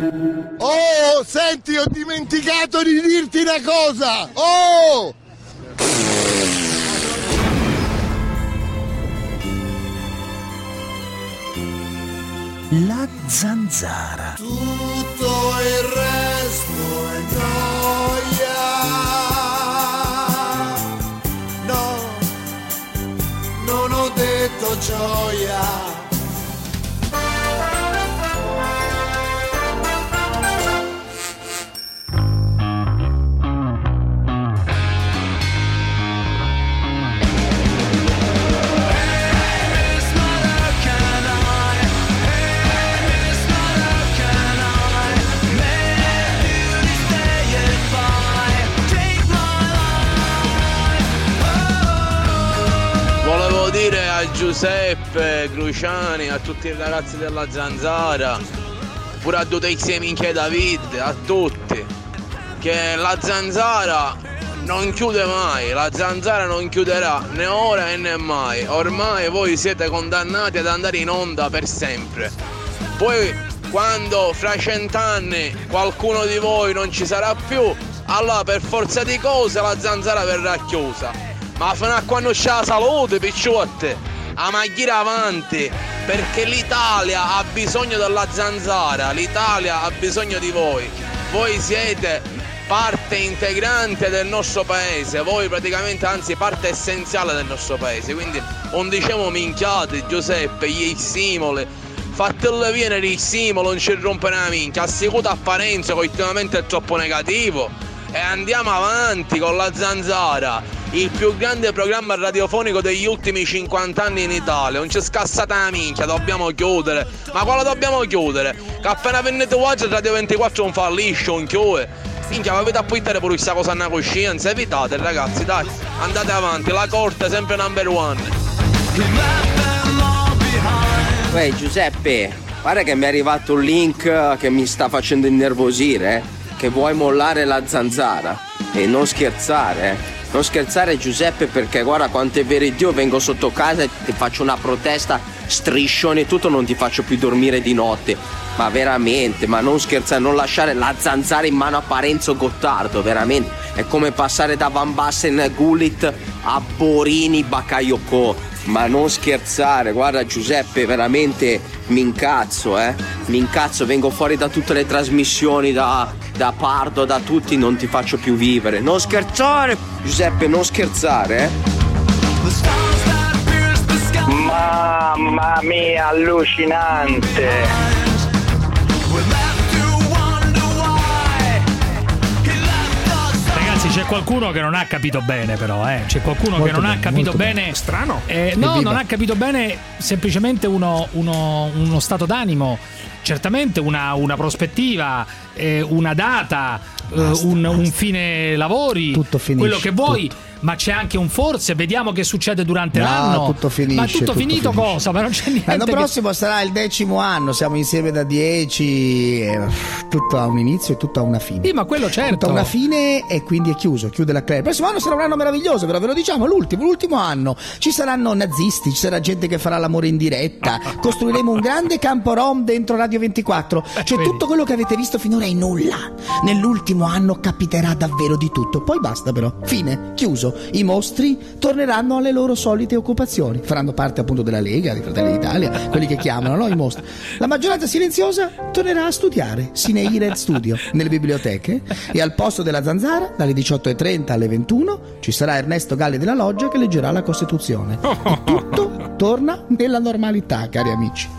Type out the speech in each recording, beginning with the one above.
Oh, senti, ho dimenticato di dirti una cosa! Oh! La zanzara. Tutto il resto è gioia. No, non ho detto gioia. Dire a Giuseppe Cruciani, a tutti i ragazzi della Zanzara, pure a tutti i minchia David, a tutti, che la Zanzara non chiude mai, la Zanzara non chiuderà né ora e né mai. Ormai voi siete condannati ad andare in onda per sempre. Poi quando fra 100 anni qualcuno di voi non ci sarà più, allora per forza di cose la Zanzara verrà chiusa. Ma fino a quando c'è la salute, picciotte, a magliera avanti, perché l'Italia ha bisogno della Zanzara, l'Italia ha bisogno di voi. Voi siete parte integrante del nostro paese, voi praticamente, anzi parte essenziale del nostro paese, quindi non diciamo minchiate, Giuseppe, gli simoli, fatelo viene il simolo, non ci rompere la minchia, assicurata apparenza che ultimamente è troppo negativo e andiamo avanti con la Zanzara. Il più grande programma radiofonico degli ultimi 50 anni in Italia. Non c'è scassata la minchia, dobbiamo chiudere. Ma quale dobbiamo chiudere? Che appena venite oggi Radio 24 non fallisce, non chiude. Minchia, avete a puntare pure questa cosa a coscienza. Evitate ragazzi, dai, andate avanti. La corte è sempre number one. Uè Giuseppe, guarda che mi è arrivato un link che mi sta facendo innervosire, che vuoi mollare la Zanzara. E non scherzare, Non scherzare Giuseppe, perché guarda quanto è vero Dio, vengo sotto casa e ti faccio una protesta, striscione e tutto, non ti faccio più dormire di notte. Ma veramente, ma non scherzare, non lasciare la Zanzara in mano a Parenzo Gottardo, veramente. È come passare da Van Basten Gullit a Borini Bakayoko. Ma non scherzare, guarda Giuseppe, veramente mi incazzo, vengo fuori da tutte le trasmissioni, da Pardo, da tutti, non ti faccio più vivere. Non scherzare, Giuseppe, non scherzare, Mamma mia, allucinante. C'è qualcuno che non ha capito bene, però, c'è qualcuno che non ha capito bene. Strano. No, non ha capito bene semplicemente uno stato d'animo, certamente una prospettiva, una data, un fine lavori, tutto finisce, quello che vuoi. tutto. Ma c'è anche un forse, vediamo che succede durante l'anno. Tutto finisce. Ma tutto finito finisce. Cosa? Ma non c'è niente. L'anno prossimo sarà il 10° anno, siamo insieme da 10, tutto ha un inizio e tutto ha una fine. Sì, ma quello certo. Tutto ha una fine e quindi è chiuso, chiude la club. Il prossimo anno sarà un anno meraviglioso, però ve lo diciamo, l'ultimo anno. Ci saranno nazisti, ci sarà gente che farà l'amore in diretta, costruiremo un grande campo rom dentro Radio 24. Cioè tutto quello che avete visto finora è nulla. Nell'ultimo anno capiterà davvero di tutto. Poi basta però, fine, chiuso. I mostri torneranno alle loro solite occupazioni, faranno parte appunto della Lega, di Fratelli d'Italia, quelli che chiamano, no? I mostri. La maggioranza silenziosa tornerà a studiare Cineire Studio nelle biblioteche, e al posto della Zanzara dalle 18:30 alle 21 ci sarà Ernesto Galli della Loggia che leggerà la Costituzione e tutto torna nella normalità, cari amici.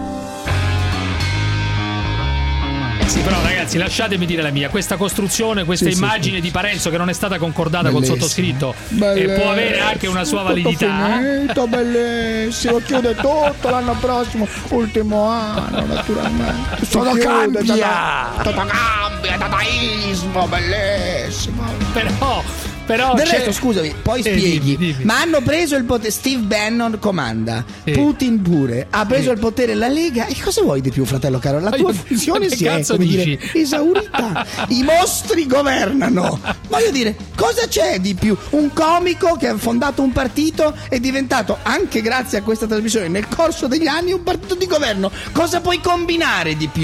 Sì, però ragazzi, lasciatemi dire la mia. Questa costruzione, questa immagine di Parenzo che non è stata concordata col sottoscritto, può avere anche una sua validità. Finito, bellissimo, chiude tutto l'anno prossimo, ultimo anno naturalmente. Tutto cambia, dadaismo, bellissimo. Però del resto, scusami, poi spieghi. Dimmi. Ma hanno preso il potere, Steve Bannon comanda, Putin pure, ha preso il potere la Lega, e cosa vuoi di più, fratello caro? La tua funzione si è, come dire, esaurita. I mostri governano. Voglio dire, cosa c'è di più? Un comico che ha fondato un partito è diventato, anche grazie a questa trasmissione, nel corso degli anni un partito di governo. Cosa puoi combinare di più?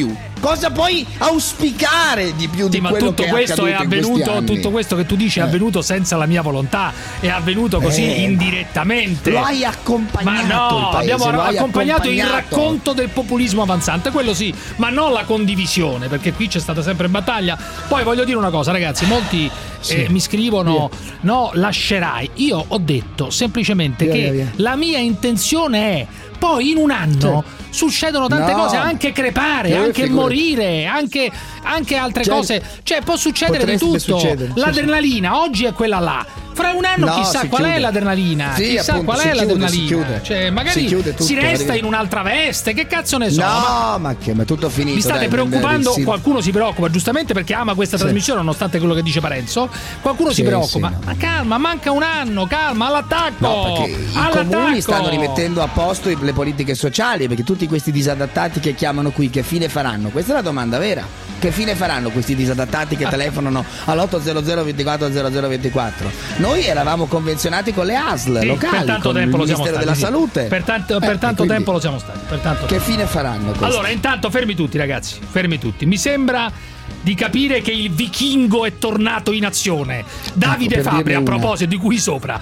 cosa puoi auspicare di più di ma quello tutto che questo è accaduto in questi avvenuto, anni? tutto questo che tu dici è avvenuto senza la mia volontà, è avvenuto così indirettamente. Lo hai accompagnato. Ma no, il paese, abbiamo lo hai accompagnato il accompagnato. racconto del populismo avanzante, quello sì, ma non la condivisione, perché qui c'è stata sempre battaglia. Poi voglio dire una cosa, ragazzi, molti mi scrivono no, lascerai. Io ho detto semplicemente che la mia intenzione è poi in un anno succedono tante cose, anche crepare, anche morire, anche altre cose, cioè può succedere di tutto. L'adrenalina oggi è quella là, fra un anno chissà qual è l'adrenalina, chissà qual è l'adrenalina, cioè magari si resta in un'altra veste, che cazzo ne so. Ma è tutto finito. Mi state preoccupando, qualcuno si preoccupa giustamente perché ama questa trasmissione nonostante quello che dice Parenzo, qualcuno si preoccupa, ma calma, manca un anno, calma, all'attacco. No, perché i comuni stanno rimettendo a posto le politiche sociali, perché tutti questi disadattati che chiamano qui, che fine faranno? Questa è la domanda vera. Che fine faranno questi disadattati che telefonano all'800 24 0024? Noi eravamo convenzionati con le ASL locali, per tanto con tempo il Ministero della Salute. Per tanto tempo lo siamo stati. Che fine faranno questi? Allora, intanto fermi tutti, ragazzi, fermi tutti. Mi sembra di capire che il vichingo è tornato in azione. Davide Fabbri, a proposito di qui sopra.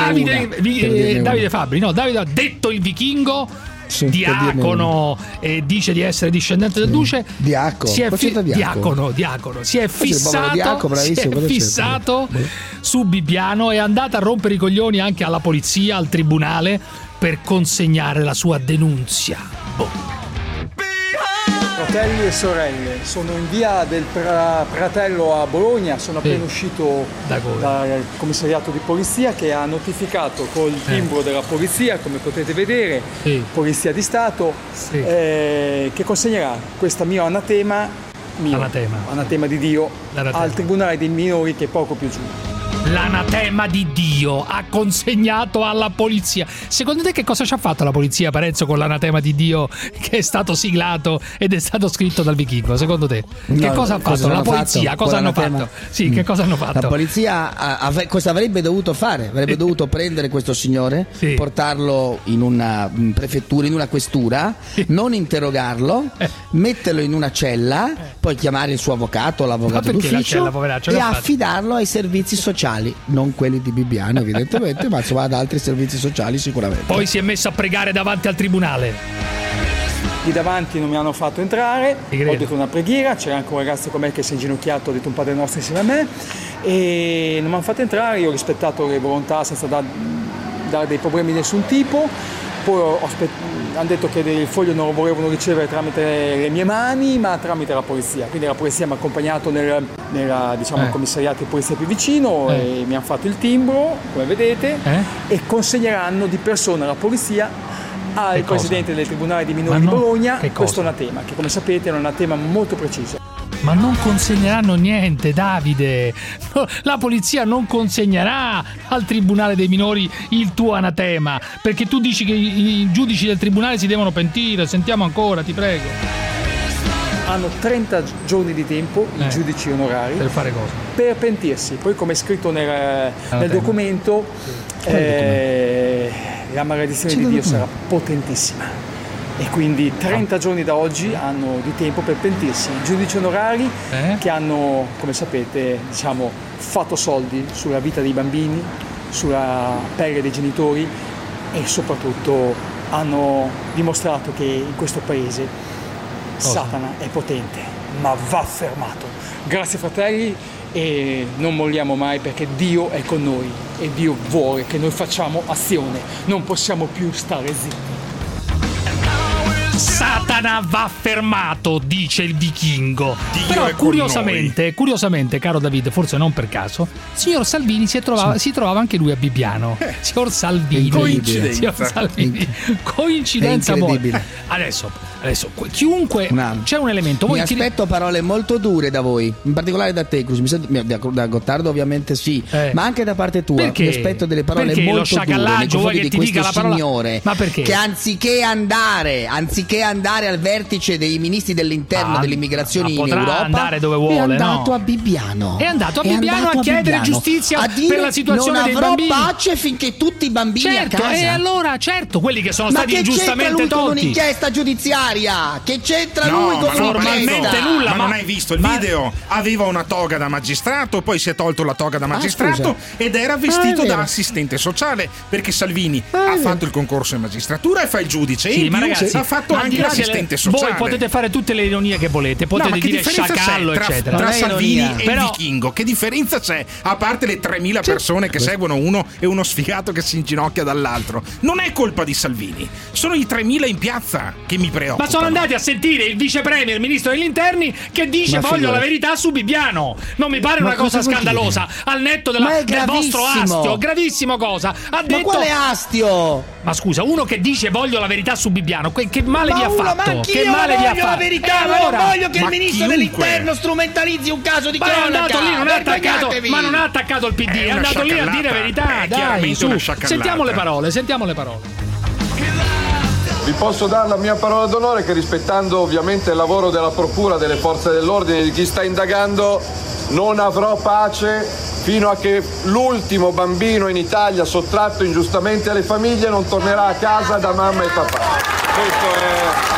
Davide Fabbri, Davide ha detto il vichingo. Diacono, dice di essere discendente del duce. Diacono, si è fissato su Bibbiano, è andata a rompere i coglioni anche alla polizia, al tribunale, per consegnare la sua denunzia. Fratelli e sorelle, sono in via del Pratello a Bologna, sono appena uscito dal commissariato di polizia che ha notificato col timbro della polizia, come potete vedere, Polizia di Stato, che consegnerà questo mio anatema di Dio al Tribunale dei Minori, che è poco più giù. L'anatema di Dio ha consegnato alla polizia. Secondo te che cosa ci ha fatto la polizia, Parenzo, con l'anatema di Dio che è stato siglato ed è stato scritto dal vichingo? Secondo te che cosa ha fatto la polizia? Cosa hanno fatto? Sì, che cosa hanno fatto? La polizia cosa avrebbe dovuto fare? Avrebbe dovuto prendere questo signore, portarlo in una prefettura, in una questura, non interrogarlo, metterlo in una cella, poi chiamare il suo avvocato, l'avvocato d'ufficio e affidarlo ai servizi sociali. Non quelli di Bibbiano evidentemente, ma insomma ad altri servizi sociali sicuramente. Poi si è messo a pregare davanti al tribunale. Lì davanti non mi hanno fatto entrare, ho detto una preghiera, c'era anche un ragazzo con me che si è inginocchiato, ha detto un Padre Nostro insieme a me e non mi hanno fatto entrare. Io ho rispettato le volontà senza dare dei problemi di nessun tipo. Poi hanno detto che il foglio non lo volevano ricevere tramite le mie mani, ma tramite la polizia. Quindi la polizia mi ha accompagnato nel commissariato di polizia più vicino e mi hanno fatto il timbro, come vedete, e consegneranno di persona alla polizia al presidente del Tribunale dei Minori di Bologna questo anatema, che come sapete è un anatema molto preciso. Ma non consegneranno niente, Davide. La polizia non consegnerà al Tribunale dei Minori il tuo anatema, perché tu dici che i giudici del tribunale si devono pentire. Sentiamo ancora, ti prego. Hanno 30 giorni di tempo i giudici onorari per fare cosa? Per pentirsi. Poi, come è scritto nel documento, la maledizione di Dio sarà potentissima. E quindi 30 giorni da oggi hanno di tempo per pentirsi. I giudici onorari che hanno, come sapete, fatto soldi sulla vita dei bambini, sulla pelle dei genitori e soprattutto hanno dimostrato che in questo paese Satana è potente, ma va fermato. Grazie fratelli e non molliamo mai, perché Dio è con noi e Dio vuole che noi facciamo azione. Non possiamo più stare zitti. Satana va fermato, dice il vichingo. Però curiosamente, caro David, forse non per caso, signor Salvini si trovava anche lui a Bibbiano. Signor Salvini. Coincidenza buona. Adesso chiunque c'è un elemento. Mi aspetto parole molto dure da voi, in particolare da te, Cruz. Da Gottardo ovviamente sì, ma anche da parte tua. Perché? Mi aspetto delle parole molto dure nei confronti di questo signore, ma perché? Che anziché andare al vertice dei ministri dell'interno dell'immigrazione in Europa, andare dove vuole, è andato a Bibbiano. È andato a Bibbiano a chiedere giustizia per la situazione dei bambini. Non avrò pace finché tutti i bambini a casa. E allora, quelli che sono stati ingiustamente tolti. Ma che c'entra lui con un'inchiesta giudiziaria? giudiziaria. Che c'entra lui con formalmente nulla. Ma non hai visto il video? Aveva una toga da magistrato, poi si è tolto la toga da magistrato ed era vestito da assistente sociale, perché Salvini ha fatto il concorso in magistratura e fa il giudice, e in più ha fatto anche l'assistente sociale. Voi potete fare tutte le ironie che volete, potete dire sciacallo, eccetera. Tra Salvini e il vichingo, che differenza c'è? A parte le 3.000 persone che seguono uno e uno sfigato che si inginocchia dall'altro. Non è colpa di Salvini, sono i 3.000 in piazza che mi preoccupano. Ma sono andati a sentire il vice premier, il ministro degli interni, che dice voglio la verità su Bibbiano. Non mi pare una cosa scandalosa, al netto del vostro astio. Gravissimo cosa. Ha detto, ma quale astio? Ma scusa, uno che dice voglio la verità su Bibbiano, che male vi ha fatto? Ma anch'io che male vi ha voglio fatto? la verità, ma non voglio che il ministro dell'interno strumentalizzi un caso di cronaca. Ma è andato lì, non ha attaccato il PD, è andato lì a dire verità. Dai, su. Sentiamo le parole. Vi posso dare la mia parola d'onore che, rispettando ovviamente il lavoro della procura, delle forze dell'ordine, di chi sta indagando, non avrò pace fino a che l'ultimo bambino in Italia sottratto ingiustamente alle famiglie non tornerà a casa da mamma e papà. Questo è...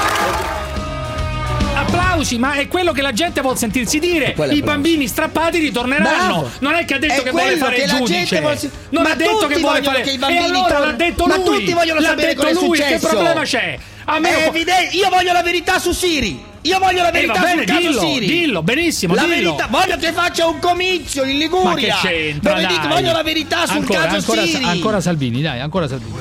Applausi, ma è quello che la gente vuol sentirsi dire. I bambini strappati ritorneranno. Bravo. Non è che ha detto che vuole fare il giudice. Non ha detto che vuole fare. E allora l'ha detto lui. Ma tutti vogliono sapere cosa è successo. Che problema c'è? È evidente. Io voglio la verità su Siri. Io voglio la verità sul caso Siri. Dillo, benissimo. La verità. Voglio che faccia un comizio in Liguria. Ma che c'entra? Dove dico voglio la verità sul caso Siri. Ancora Salvini, dai, ancora Salvini.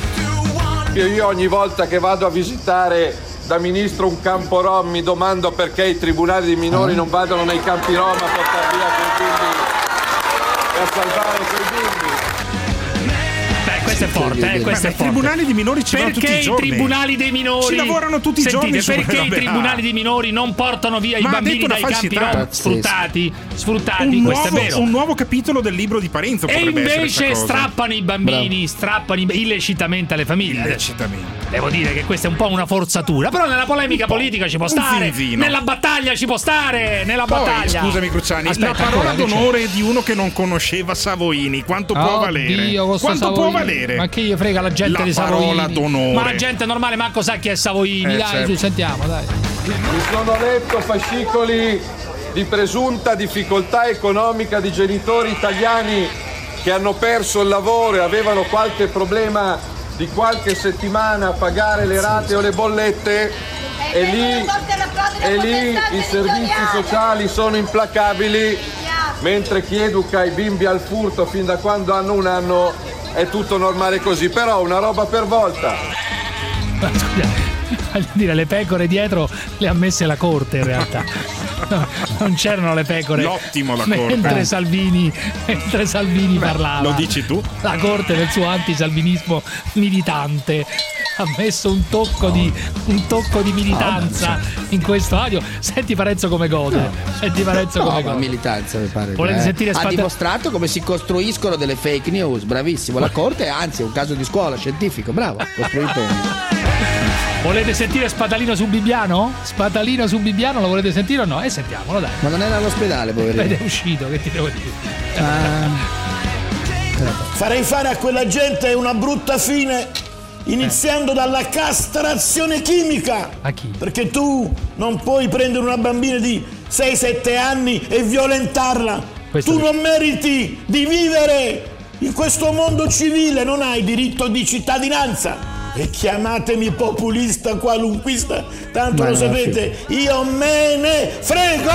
Io ogni volta che vado a visitare da ministro un campo rom mi domando perché i tribunali di minori non vadano nei campi rom a portare via quei bimbi e a salvare quei bimbi. Questo è forte, questo è forte. I tribunali di minori ci vanno tutti i giorni. Perché i tribunali dei minori ci lavorano tutti i giorni? Perché i tribunali di minori non portano via i bambini dai campi rom sfruttati? Questo è vero. Un nuovo capitolo del libro di Parenzo. E invece strappano i bambini, strappano illecitamente alle famiglie. Illecitamente. Devo dire che questa è un po' una forzatura, però nella polemica politica ci può stare, nella battaglia ci può stare, battaglia. Scusami Cruciani, la parola d'onore di uno che non conosceva Savoini, quanto può valere? Quanto può valere? Ma che gli frega la gente di Savoini? La parola d'onore. Ma la gente normale manco sa chi è Savoini, dai, certo. Sentiamo, dai. Mi sono letto fascicoli di presunta difficoltà economica di genitori italiani che hanno perso il lavoro e avevano qualche problema di qualche settimana a pagare le rate o le bollette, e lì i servizi sociali sono implacabili, mentre chi educa i bimbi al furto fin da quando hanno un anno è tutto normale così. Però una roba per volta. Ma scusa, voglio dire, le pecore dietro le ha messe la corte in realtà. No, non c'erano le pecore. L'ottimo la corte. Mentre Salvini parlava. Lo dici tu? La corte del suo antisalvinismo militante ha messo un tocco di militanza in questo audio. Senti Parenzo come gode. La militanza mi pare. Volete sentire ha dimostrato come si costruiscono delle fake news. Bravissimo. La corte anzi è un caso di scuola scientifico. Bravo, costruito. Volete sentire Spatalino su Bibbiano? Spatalino su Bibbiano lo volete sentire o no? Sentiamolo, dai. Ma non era all'ospedale, poverino. Ed è uscito, che ti devo dire? Farei fare a quella gente una brutta fine, iniziando dalla castrazione chimica. A chi? Perché tu non puoi prendere una bambina di 6-7 anni e violentarla. Tu non meriti di vivere in questo mondo civile, non hai diritto di cittadinanza. E chiamatemi populista, qualunquista, tanto lo sapete, io me ne frego!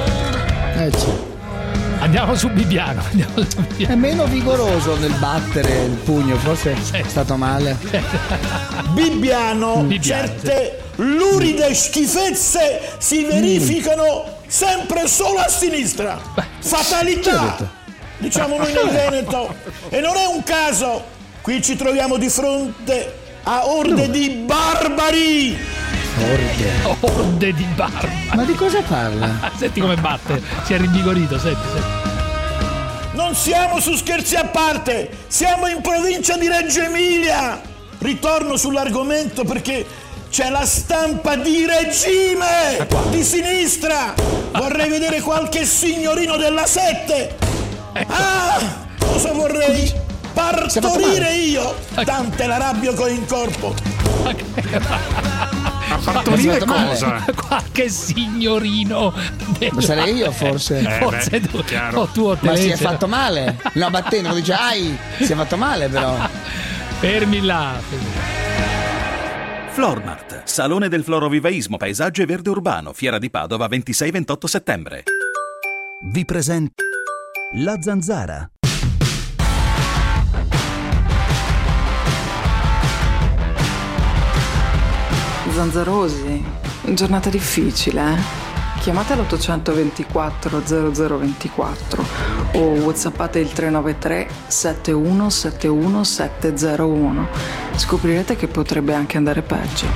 Andiamo su Bibbiano. È meno vigoroso nel battere il pugno, forse è stato male. Bibbiano, certe luride schifezze si verificano sempre solo a sinistra. Fatalità, diciamo noi nel Veneto. E non è un caso, qui ci troviamo di fronte a orde di barbari. Orde di barbari. Ma di cosa parla? Senti come batte, si è rinvigorito, senti. Non siamo su Scherzi a parte, siamo in provincia di Reggio Emilia. Ritorno sull'argomento perché c'è la stampa di regime, di sinistra. Vorrei vedere qualche signorino della Sette. Cosa vorrei? Partorire io, tante la rabbia che ho in corpo. A partorire cosa? Qualche signorino. Ma sarei io forse. Forse tu. Ma si è fatto male? No, battendo, dice, si è fatto male però. Fermi là. Flormart, Salone del Florovivaismo, Paesaggio e Verde Urbano, Fiera di Padova, 26-28 settembre. Vi presento La Zanzara. Zanzarosi, giornata difficile, eh? Chiamate l'824 0024 o whatsappate il 393 7171 701. Scoprirete che potrebbe anche andare peggio.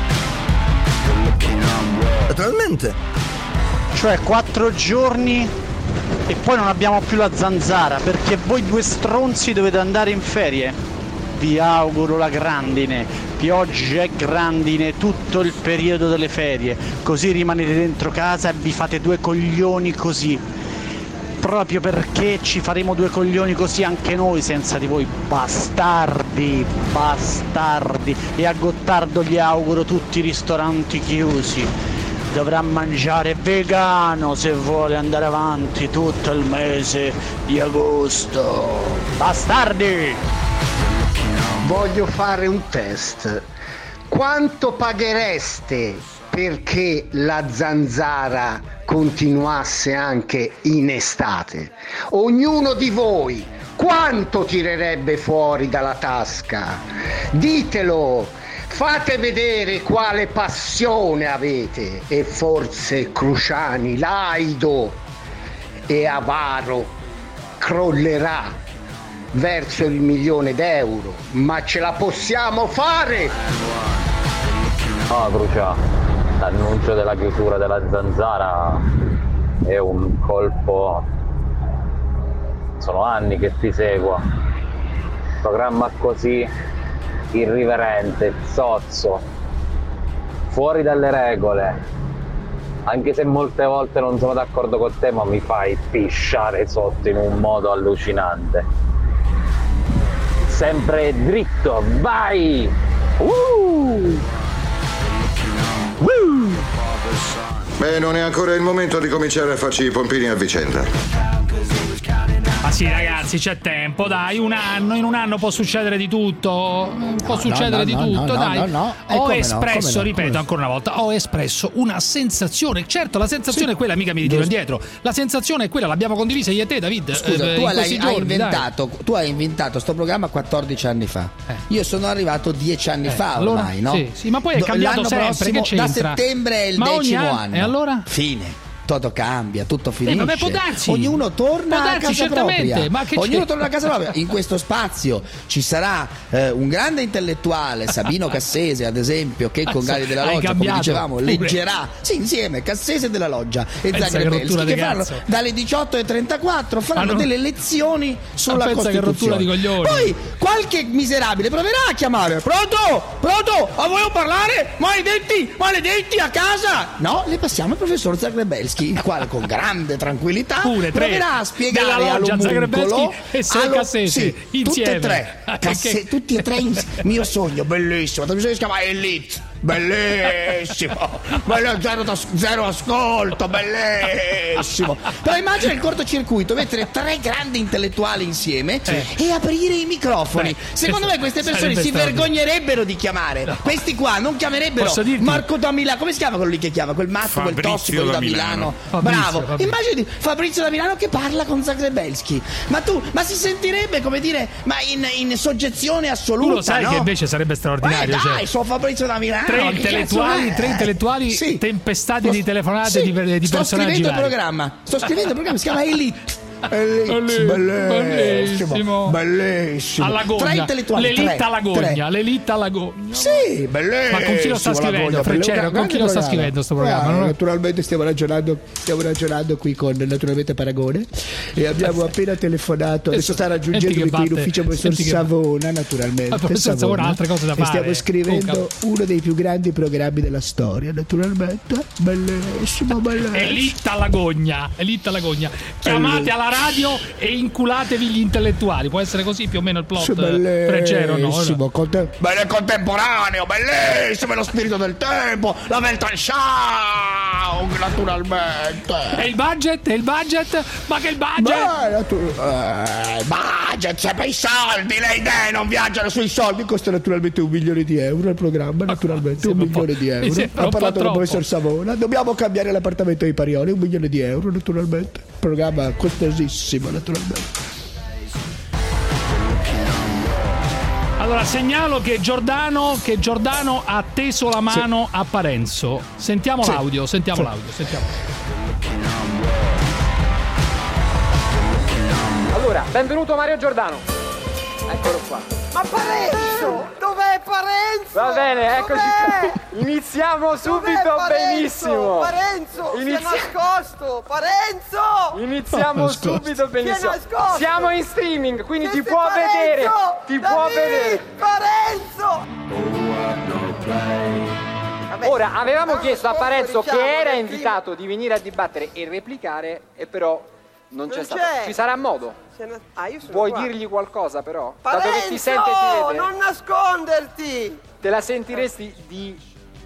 Naturalmente. Cioè 4 giorni e poi non abbiamo più la zanzara perché voi due stronzi dovete andare in ferie. Vi auguro la grandine, pioggia e grandine tutto il periodo delle ferie, così rimanete dentro casa e vi fate due coglioni così, proprio perché ci faremo due coglioni così anche noi senza di voi, bastardi, e a Gottardo gli auguro tutti i ristoranti chiusi, dovrà mangiare vegano se vuole andare avanti tutto il mese di agosto, bastardi! Voglio fare un test. Quanto paghereste perché la zanzara continuasse anche in estate? Ognuno di voi quanto tirerebbe fuori dalla tasca? Ditelo, fate vedere quale passione avete e forse Cruciani, laido e avaro, crollerà verso il 1.000.000 d'euro, ma ce la possiamo fare! Crucia, l'annuncio della chiusura della zanzara è un colpo, sono anni che ti seguo, programma così irriverente, zozzo, fuori dalle regole, anche se molte volte non sono d'accordo con te, ma mi fai pisciare sotto in un modo allucinante. Sempre dritto, vai! Beh, non è ancora il momento di cominciare a farci i pompini a vicenda. Ma sì, ragazzi, c'è tempo, dai, in un anno può succedere di tutto. Può succedere di tutto, dai. Ho espresso, ripeto ancora una volta, ho espresso una sensazione. Certo, la sensazione è quella, mica mi ritiro indietro. La sensazione è quella, l'abbiamo condivisa io e te, David. Scusa, tu hai inventato sto programma 14 anni fa. Io sono arrivato 10 anni fa ormai, no? Sì, ma poi è cambiato sempre, prossimo, che c'entra? Da settembre è il 10° anno. E allora? Fine. Tutto cambia, tutto finisce. Vabbè, può darsi. Ognuno torna a casa propria. Ma che Ognuno torna a casa propria. In questo spazio ci sarà un grande intellettuale, Sabino Cassese, ad esempio, che con Gali della Loggia, come dicevamo, leggerà. Sì, insieme Cassese della Loggia e Zagrebelski, che faranno dalle 18:34 faranno delle lezioni sulla Costituzione. Di coglioni. Poi qualche miserabile proverà a chiamare. Pronto? A voi parlare? Maledetti a casa? No, le passiamo al professor Zagrebelski, il quale con grande tranquillità proverà a spiegare all'omuncolo e Cassese insieme tutti e tre mio sogno bellissimo, la si chiama Elite, bellissimo, zero ascolto, bellissimo. Però immagina il cortocircuito, mettere tre grandi intellettuali insieme e aprire i microfoni. Secondo me queste persone si vergognerebbero di chiamare. Questi qua non chiamerebbero Marco da Milano, come si chiama quello lì che chiama? Quel matto, quel tossico da Milano. Bravo. Immagini Fabrizio da Milano che parla con Zagrebelski. Ma si sentirebbe, come dire, ma in soggezione assoluta. Tu lo sai, no? Che invece sarebbe straordinario. Dai, sono Fabrizio da Milano. Tre intellettuali tempestati di telefonate di personaggi. Sto scrivendo il programma, si chiama Elite. Bellissimo. All'agonia. Tre intellettuali. L'elite all'agonia. Sì, bellissimo. Ma con chi lo sta scrivendo, Freccero? Con chi lo sta scrivendo sto programma? Naturalmente stiamo ragionando qui con naturalmente Paragone e abbiamo appena telefonato. Adesso sta raggiungendo qui in ufficio il professor Savona, naturalmente. Il professor Savona ha altre cose da fare. Stiamo scrivendo uno dei più grandi programmi della storia, naturalmente. Bellissimo. Elite all'agonia. Chiamate alla radio e inculatevi gli intellettuali. Può essere così più o meno il plot Fregero, no? Bene, contemporaneo, bellissimo, lo spirito del tempo, la Weltanschauung, naturalmente. E il budget? Ma che il budget? Budget, sempre i soldi, le idee non viaggiano sui soldi. Costa naturalmente €1 milione il programma, naturalmente €1 milione. Ha parlato con il professor Savona. Dobbiamo cambiare l'appartamento di Parioli, €1 milione, naturalmente. Programma costosissimo, naturalmente. Allora segnalo che Giordano ha teso la mano a Parenzo. Sentiamo l'audio. Allora, benvenuto Mario Giordano. Eccolo qua. Ma Parenzo! Dov'è Parenzo? Va bene, eccoci qua. Iniziamo subito benissimo. Parenzo! Si è nascosto! Parenzo! Iniziamo subito benissimo. Siamo in streaming, quindi ti può vedere. Ti può vedere. Parenzo! Ora, avevamo chiesto a Parenzo, che era invitato, di venire a dibattere e replicare, e però non c'è stato. Ci sarà modo. Vuoi dirgli qualcosa però? Parenzo, dato che ti sente e ti vede. non nasconderti! Te la sentiresti di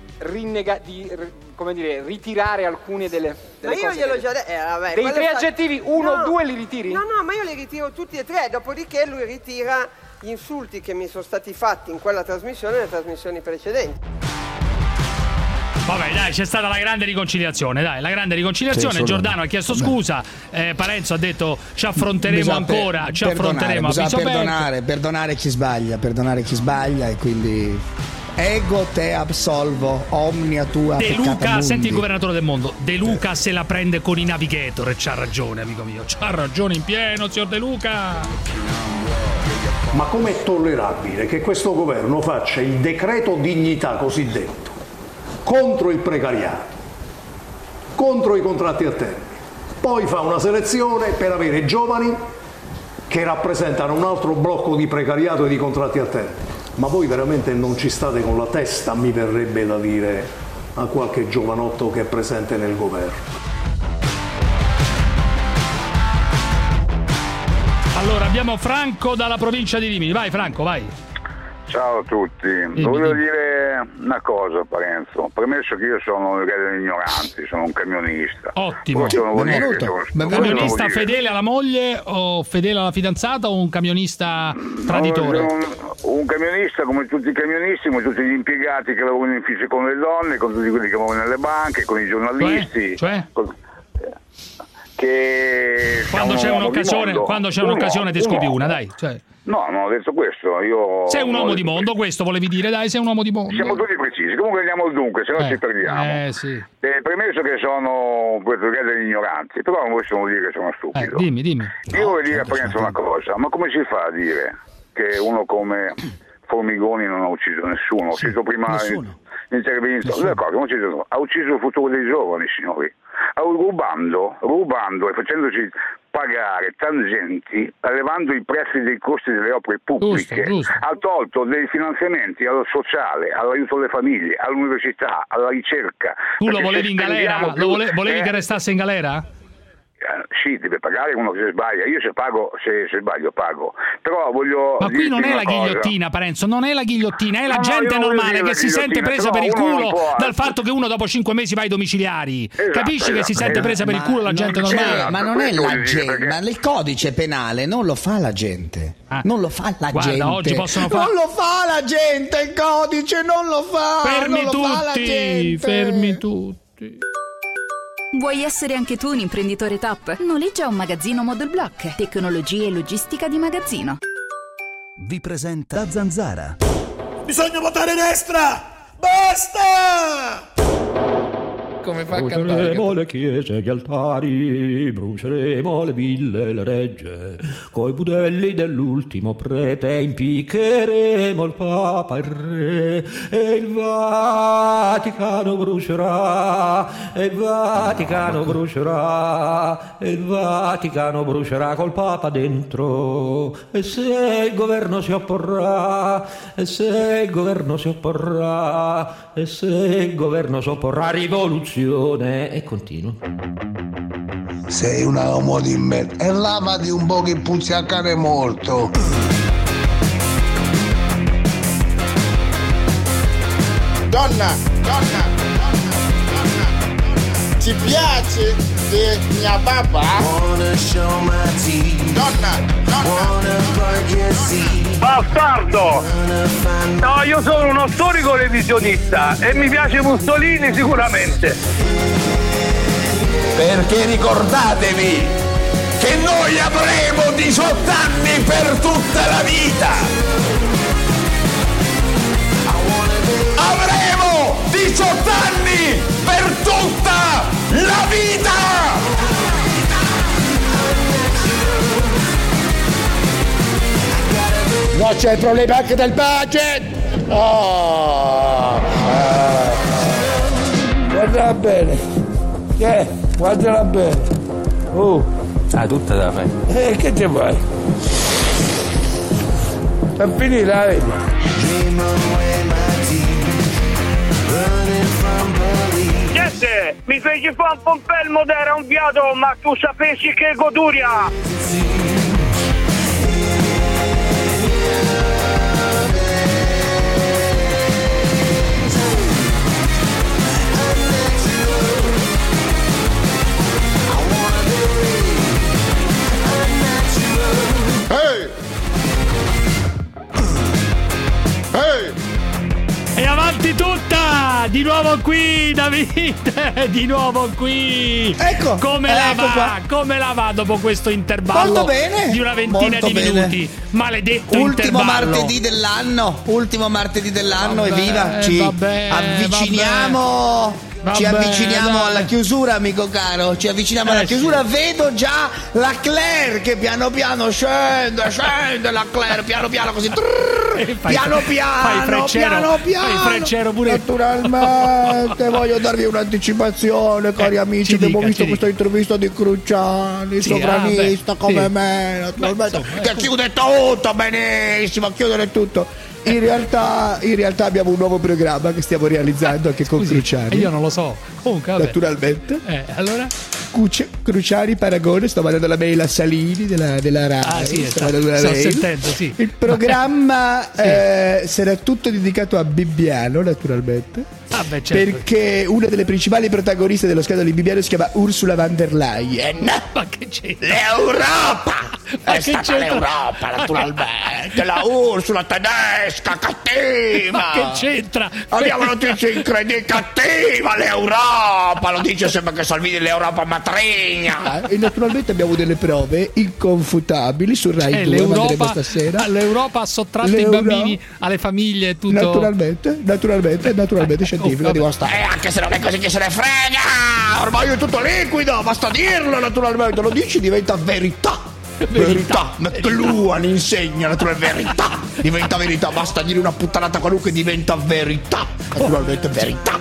ritirare alcune delle ma io cose gliel'ho già detto. Dei 3 aggettivi, 1 o 2 li ritiri? No, ma io li ritiro tutti e 3. Dopodiché lui ritira gli insulti che mi sono stati fatti in quella trasmissione e nelle trasmissioni precedenti. Vabbè, dai, c'è stata la grande riconciliazione. Sì, Giordano ha chiesto scusa. Parenzo ha detto ci affronteremo ancora. Bisogna perdonare chi sbaglia. E quindi ego te absolvo, omnia tua. De Luca, senti il governatore del mondo. De Luca se la prende con i navigator e c'ha ragione, amico mio. C'ha ragione in pieno, signor De Luca. Ma com'è tollerabile che questo governo faccia il decreto dignità cosiddetto contro il precariato, contro i contratti a tempo, poi fa una selezione per avere giovani che rappresentano un altro blocco di precariato e di contratti a tempo? Ma voi veramente non ci state con la testa, mi verrebbe da dire a qualche giovanotto che è presente nel governo. Allora abbiamo Franco dalla provincia di Rimini. Vai Franco, vai. Ciao a tutti, voglio dire una cosa Parenzo, premesso che io sono un ignorante, sono un camionista. Ottimo, camionista fedele alla moglie o fedele alla fidanzata o un camionista traditore? Un camionista come tutti i camionisti, come tutti gli impiegati che lavorano in ufficio con le donne, con tutti quelli che lavorano nelle banche, con i giornalisti. Che quando c'è un'occasione ti scopi una, dai. No, non ho detto questo. Io sei un uomo di mondo, questo volevi dire, dai, sei un uomo di mondo. Siamo tutti precisi. Comunque andiamo al dunque, se no ci perdiamo. Sì. Premesso che sono degli ignoranti, però non possiamo dire che sono stupido. Dimmi. Io voglio dire a Parenzo una cosa, ma come si fa a dire che uno come Formigoni non ha ucciso nessuno? Ha ucciso prima l'intervento. Ha ucciso il futuro dei giovani, signori. Rubando e facendoci pagare tangenti, elevando i prezzi dei costi delle opere pubbliche, ha tolto dei finanziamenti allo sociale, all'aiuto alle famiglie, all'università, alla ricerca. Tu lo volevi in galera? Volevi che restasse in galera? Sì, deve pagare uno che sbaglia. Io se sbaglio pago. Però voglio. Ma qui non è la ghigliottina, Parenzo, non è la ghigliottina, è la gente normale che si sente presa per il culo dal fatto che uno dopo 5 mesi va ai domiciliari. Capisci che si sente presa per il culo la gente normale? Ma non è la gente, ma il codice penale non lo fa la gente. Non lo fa la gente. Oggi possono fare. Non lo fa la gente, il codice non lo fa. Fermi tutti. Vuoi essere anche tu un imprenditore top? Noleggia un magazzino Model Block. Tecnologia e logistica di magazzino. Vi presenta La Zanzara. Bisogna votare destra! Basta! Come fa a cantare? Bruceremo le chiese, gli altari, bruceremo le ville e le regge, coi budelli dell'ultimo prete impiccheremo il Papa e il Re, e il Vaticano brucerà, e il Vaticano brucerà, e il Vaticano brucerà col Papa dentro, e se il governo si opporrà, e se il governo si opporrà, e se il governo si opporrà, rivoluzione. E continuo. Sei una uomo di merda. E lavati un po' che puzzi a cane morto. Donna, ti piace che mia papà? Donna. Bastardo! No, io sono uno storico revisionista e mi piace Mussolini sicuramente. Perché ricordatevi che noi avremo 18 anni per tutta la vita. Avremo 18 anni per tutta la vita. No, c'è il problema anche del budget! Guardala bene! Guardala bene! Tutta da fare. Che te vuoi? Sta a finire, la vedi? Gente, mi feci fare un pompelmo d'era un viato, ma tu sapessi che goduria! E avanti tutta! Di nuovo qui, Davide! Di nuovo qui! Ecco! Come la va? Come la va dopo questo intervallo? Molto bene! Di una ventina di minuti. Maledetto ultimo intervallo! Ultimo martedì dell'anno, evviva! Ci avviciniamo! Vabbè, ci avviciniamo dai. alla chiusura, amico caro. Ci avviciniamo alla chiusura. Sì. Vedo già la Claire che piano piano scende la Claire, piano piano così. Piano piano. Fai freccero pure. Naturalmente voglio darvi un'anticipazione, cari amici. Abbiamo visto questa intervista di Cruciani, sovranista come me, naturalmente, che chiude tutto benissimo, chiudere tutto. In realtà abbiamo un nuovo programma che stiamo realizzando anche con Cruciani. Io non lo so. Comunque, vabbè. Naturalmente. Allora? Cruciani Paragone, sto mandando la mail a Salini della RAI. Sto sentendo, sì. Il programma sarà tutto dedicato a Bibbiano, naturalmente. Beh, certo. Perché una delle principali protagoniste dello scandalo di Bibbiano si chiama Ursula von der Leyen. Ma che c'entra? L'Europa! Ma È che stata c'entra? l'Europa, naturalmente. La Ursula tedesca, cattiva. Ma che c'entra? Abbiamo notizie incredibili, cattiva l'Europa. Lo dice sempre che Salvini l'Europa matrigna. E naturalmente abbiamo delle prove inconfutabili su Rai 2, manderemo stasera. L'Europa ha sottratto i bambini alle famiglie e tutto. Naturalmente scientifico dimostra. Anche se non è così che se ne frega. Ormai è tutto liquido, basta dirlo, naturalmente. Lo dici, diventa verità. McLuhan insegna verità. Diventa verità, basta dire una puttanata qualunque, diventa verità. Naturalmente verità.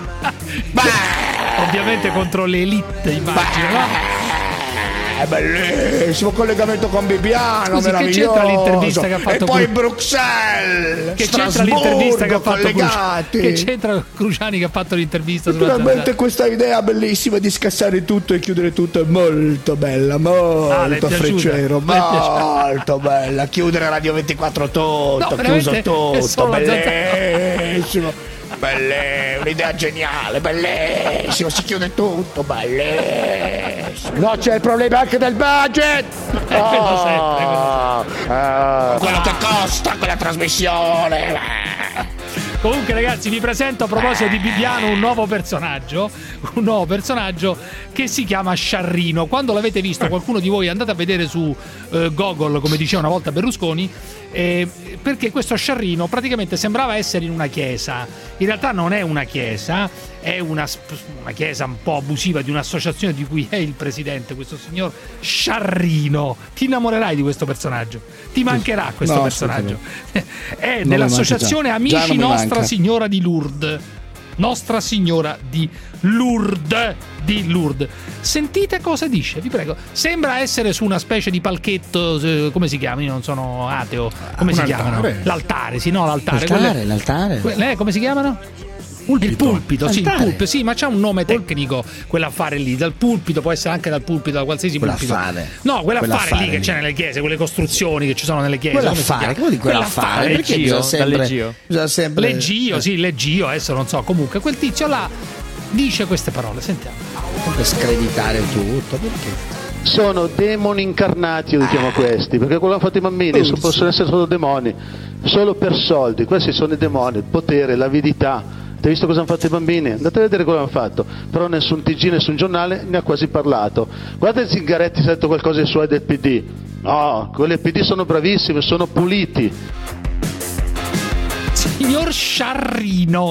Ovviamente contro l'elite, immagino, no? È bellissimo collegamento con Bibbiano. Scusi, meraviglioso. che c'entra l'intervista che ha fatto e poi Bruxelles, che c'entra l'intervista che ha fatto collegati. Che c'entra Cruciani che ha fatto l'intervista naturalmente questa idea bellissima di scassare tutto e chiudere tutto è molto bella, molto freccero, molto bella. Chiudere Radio 24 tutto, chiuso tutto, bellissimo. Un'idea geniale, bellissimo, si chiude tutto, bellissimo. No, c'è il problema anche del budget. Quello sempre. Quello che costa quella trasmissione. Comunque ragazzi, vi presento a proposito di Bibbiano un nuovo personaggio che si chiama Sciarrino. Quando l'avete visto, qualcuno di voi andate a vedere su Google, come diceva una volta Berlusconi, perché questo Sciarrino praticamente sembrava essere in una chiesa. In realtà non è una chiesa, è una chiesa un po' abusiva di un'associazione di cui è il presidente, questo signor Sciarrino. Ti innamorerai di questo personaggio, ti mancherà questo personaggio. È dell'associazione Amici Nostra Signora di Lourdes. Nostra Signora di Lourdes. Sentite cosa dice, vi prego. Sembra essere su una specie di palchetto, come si chiama? Io non sono ateo. Come si chiamano? L'altare, sì, no, l'altare. L'altare. Come si chiamano? Il pulpito, sì, il pulpito, sì, ma c'è un nome tecnico quell'affare lì, dal pulpito, può essere anche dal pulpito, da qualsiasi pulpito. No, quell'affare lì che c'è nelle chiese, quelle costruzioni che ci sono nelle chiese. Quell'affare, come di quell'affare? Leggio, Leggio, sì, leggio, adesso non so, comunque quel tizio là dice queste parole, sentiamo. Per screditare tutto, perché? Sono demoni incarnati, io li chiamo questi, perché quello che hanno fatto i bambini possono essere solo demoni, solo per soldi. Questi sono i demoni, il potere, l'avidità. Hai visto cosa hanno fatto i bambini? Andate a vedere cosa hanno fatto. Però nessun TG, nessun giornale ne ha quasi parlato. Guardate Zingaretti se ha detto qualcosa ai suoi del PD. No, quelli del PD sono bravissimi, sono puliti. Signor Sciarrino.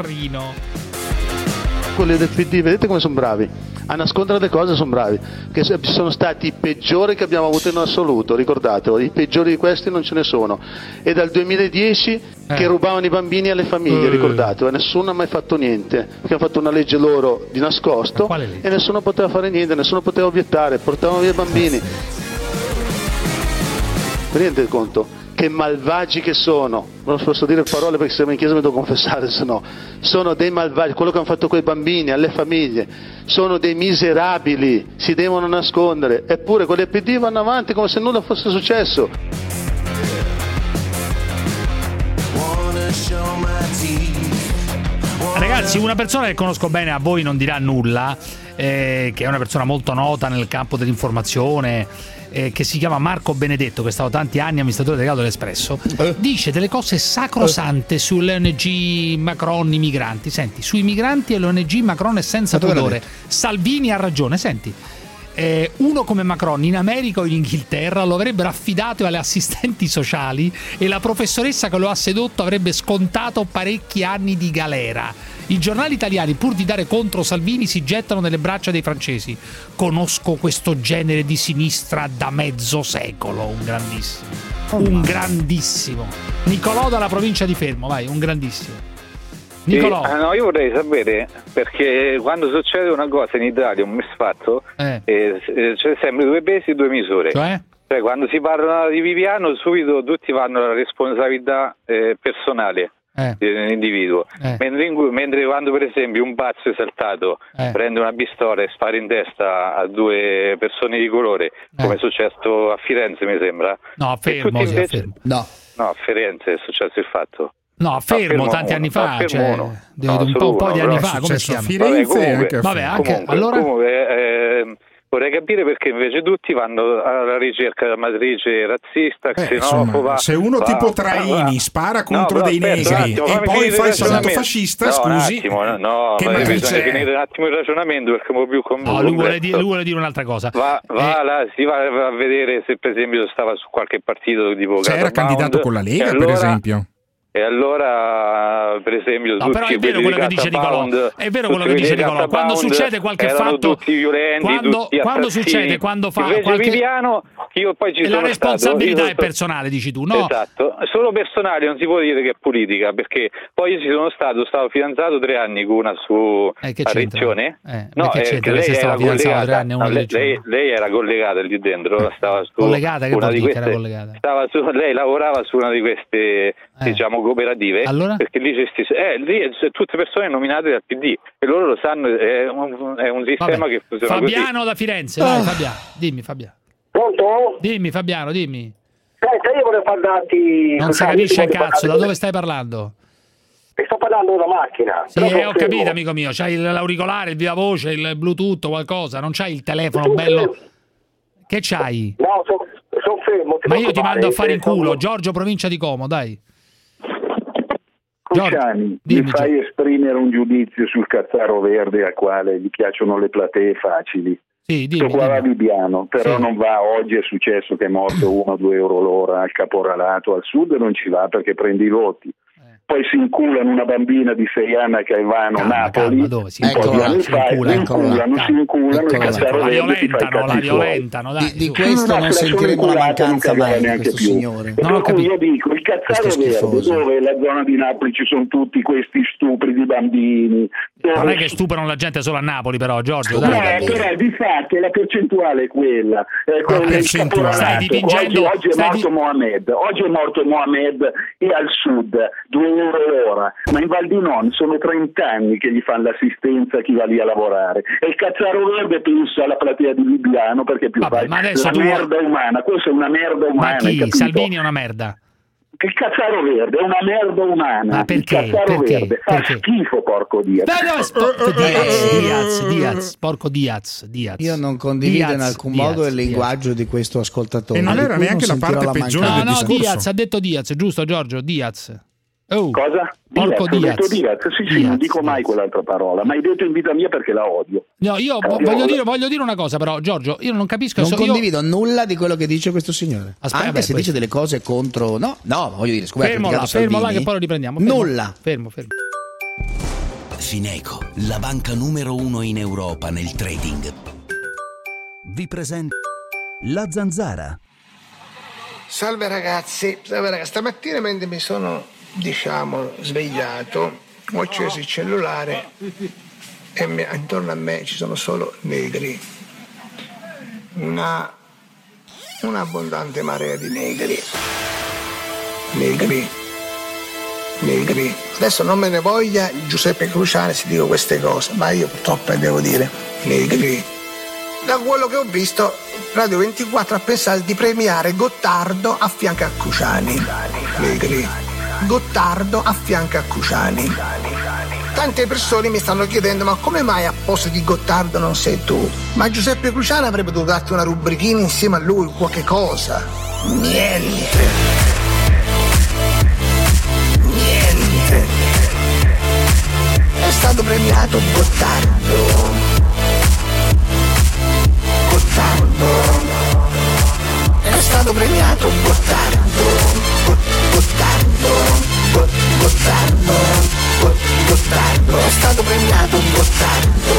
Quelli del PD, vedete come sono bravi? A nascondere le cose sono bravi, che sono stati i peggiori che abbiamo avuto in assoluto, ricordatelo, i peggiori di questi non ce ne sono. E dal 2010 che rubavano i bambini alle famiglie, ricordatelo, e nessuno ha mai fatto niente, perché hanno fatto una legge loro di nascosto e nessuno poteva fare niente, nessuno poteva obiettare, portavano via i bambini. Vi rendete conto? Che malvagi che sono, non posso dire parole perché siamo in chiesa mi devo confessare, se no sono dei malvagi, quello che hanno fatto quei bambini alle famiglie, sono dei miserabili, si devono nascondere, eppure quelli PD vanno avanti come se nulla fosse successo. Ragazzi, una persona che conosco bene, a voi non dirà nulla, che è una persona molto nota nel campo dell'informazione, che si chiama Marco Benedetto, che è stato tanti anni amministratore delegato dell'Espresso, dice delle cose sacrosante sulle ONG Macron, i migranti. Senti, sui migranti e le ONG Macron è senza pudore. Salvini ha ragione, senti. Uno come Macron in America o in Inghilterra lo avrebbero affidato alle assistenti sociali e la professoressa che lo ha sedotto avrebbe scontato parecchi anni di galera. I giornali italiani, pur di dare contro Salvini, si gettano nelle braccia dei francesi. Conosco questo genere di sinistra da mezzo secolo. Un grandissimo Nicolò dalla provincia di Fermo, vai, un grandissimo Nicolò. No, io vorrei sapere, perché quando succede una cosa in Italia, un misfatto, c'è sempre due pesi e due misure. Cioè quando si parla di Viviano subito tutti vanno alla responsabilità personale dell'individuo, mentre quando per esempio un pazzo esaltato prende una pistola e spara in testa a due persone di colore, come è successo a Firenze mi sembra. No, a Fermo, invece... a Fermo. No, a Firenze è successo il fatto. No, a Fermo tanti anni fa, un po' di anni fa, come si chiama? Firenze, anche allora vorrei capire perché invece tutti vanno alla ricerca della matrice razzista, xenofoba. Se uno tipo Traini spara contro dei negri e poi fa il salto fascista, scusi, bisogna finire un attimo il ragionamento perché un po' più confuso. Lui vuole dire un'altra cosa. Si va a vedere se per esempio stava su qualche partito tipo se era candidato con la Lega, per esempio. E allora, per esempio, no, però è vero quello che dice Nicolò. È vero quello che dice Nicolò. Quando succede qualche fatto, tutti violenti, quando succede, quando fa qualche Viviano, io poi ci la responsabilità è personale, dici tu, no? Esatto, solo personale, non si può dire che è politica, perché poi io stavo fidanzato 3 anni con una su Arriccione. No, perché lei era collegata. Lei era collegata lì dentro, stava su collegata, che una di queste, era collegata? Lei lavorava su una di queste diciamo cooperative, allora? Perché lì lì tutte persone nominate dal PD e loro lo sanno, è un sistema che funziona Fabiano così. Da Firenze, vai Fabiano, dimmi Fabiano. Pronto? Dimmi Fabiano, dimmi. Senta, io volevo parlarti. Non si capisce cazzo, da dove stai parlando? Sto parlando della macchina. Sì, ho capito amico mio, c'hai l'auricolare, il viva voce, il Bluetooth, qualcosa, non c'hai il telefono bello. Che c'hai? No, sono fermo. Ma io ti mando a fare in culo, Giorgio, provincia di Como, dai. Cruciani, mi fai esprimere un giudizio sul cazzaro verde al quale gli piacciono le platee facili. Sì, Sto qua va Bibbiano, però non va. Oggi è successo che è morto 1 o 2 euro l'ora al caporalato, al sud non ci va perché prendi i voti. Poi si inculano una bambina di 6 anni a Caivano, Napoli, si inculano, la violentano, dai, di questo non sentiremo la mancanza mai di questo signore. Io dico, il cazzaro verde, dove la zona di Napoli ci sono tutti questi stupidi bambini. Non è che stuprano la gente solo a Napoli, però, Giorgio. Però di fatto la percentuale è quella. Stai dipingendo. Oggi è morto Mohamed e al sud 2 euro l'ora, ma in Val di Non sono 30 anni che gli fanno l'assistenza a chi va lì a lavorare. E il Cazzaro Verde pensa alla platea di Bibbiano perché più fai la merda umana. Questa è una merda umana. Ma chi? Salvini è una merda? Il Cazzaro Verde è una merda umana. Ma perché? Il Cazzaro Verde fa schifo, porco Diaz. Diaz, porco Diaz. Io non condivido in alcun modo il linguaggio di questo ascoltatore. E non era neanche la parte peggiore del discorso. Diaz, ha detto Diaz, giusto Giorgio? Diaz. Cosa? Porco Diaz. Ho detto Diaz. Sì, non dico mai quell'altra parola, ma hai detto in vita mia perché la odio. No, io voglio dire una cosa però, Giorgio, io non capisco. Non condivido nulla di quello che dice questo signore. Aspetta, anche se dice delle cose contro. No, voglio dire, fermo là che poi lo riprendiamo. Nulla. Fermo. Fineco, la banca numero 1 in Europa nel trading, vi presenta La Zanzara. Salve ragazzi, stamattina mentre mi sono svegliato, ho acceso il cellulare e intorno a me ci sono solo negri, una abbondante marea di negri. Adesso non me ne voglia Giuseppe Cruciani se dico queste cose, ma io purtroppo devo dire negri. Da quello che ho visto, Radio 24 ha pensato di premiare Gottardo a fianco a Cruciani. Negri. Gottardo a fianco a Cruciani. Tante persone mi stanno chiedendo: ma come mai a posto di Gottardo non sei tu? Ma Giuseppe Cruciani avrebbe dovuto darti una rubrichina insieme a lui, qualche cosa. Niente. È stato premiato Gottardo. È stato premiato Gottardo. È stato premiato Gottardo.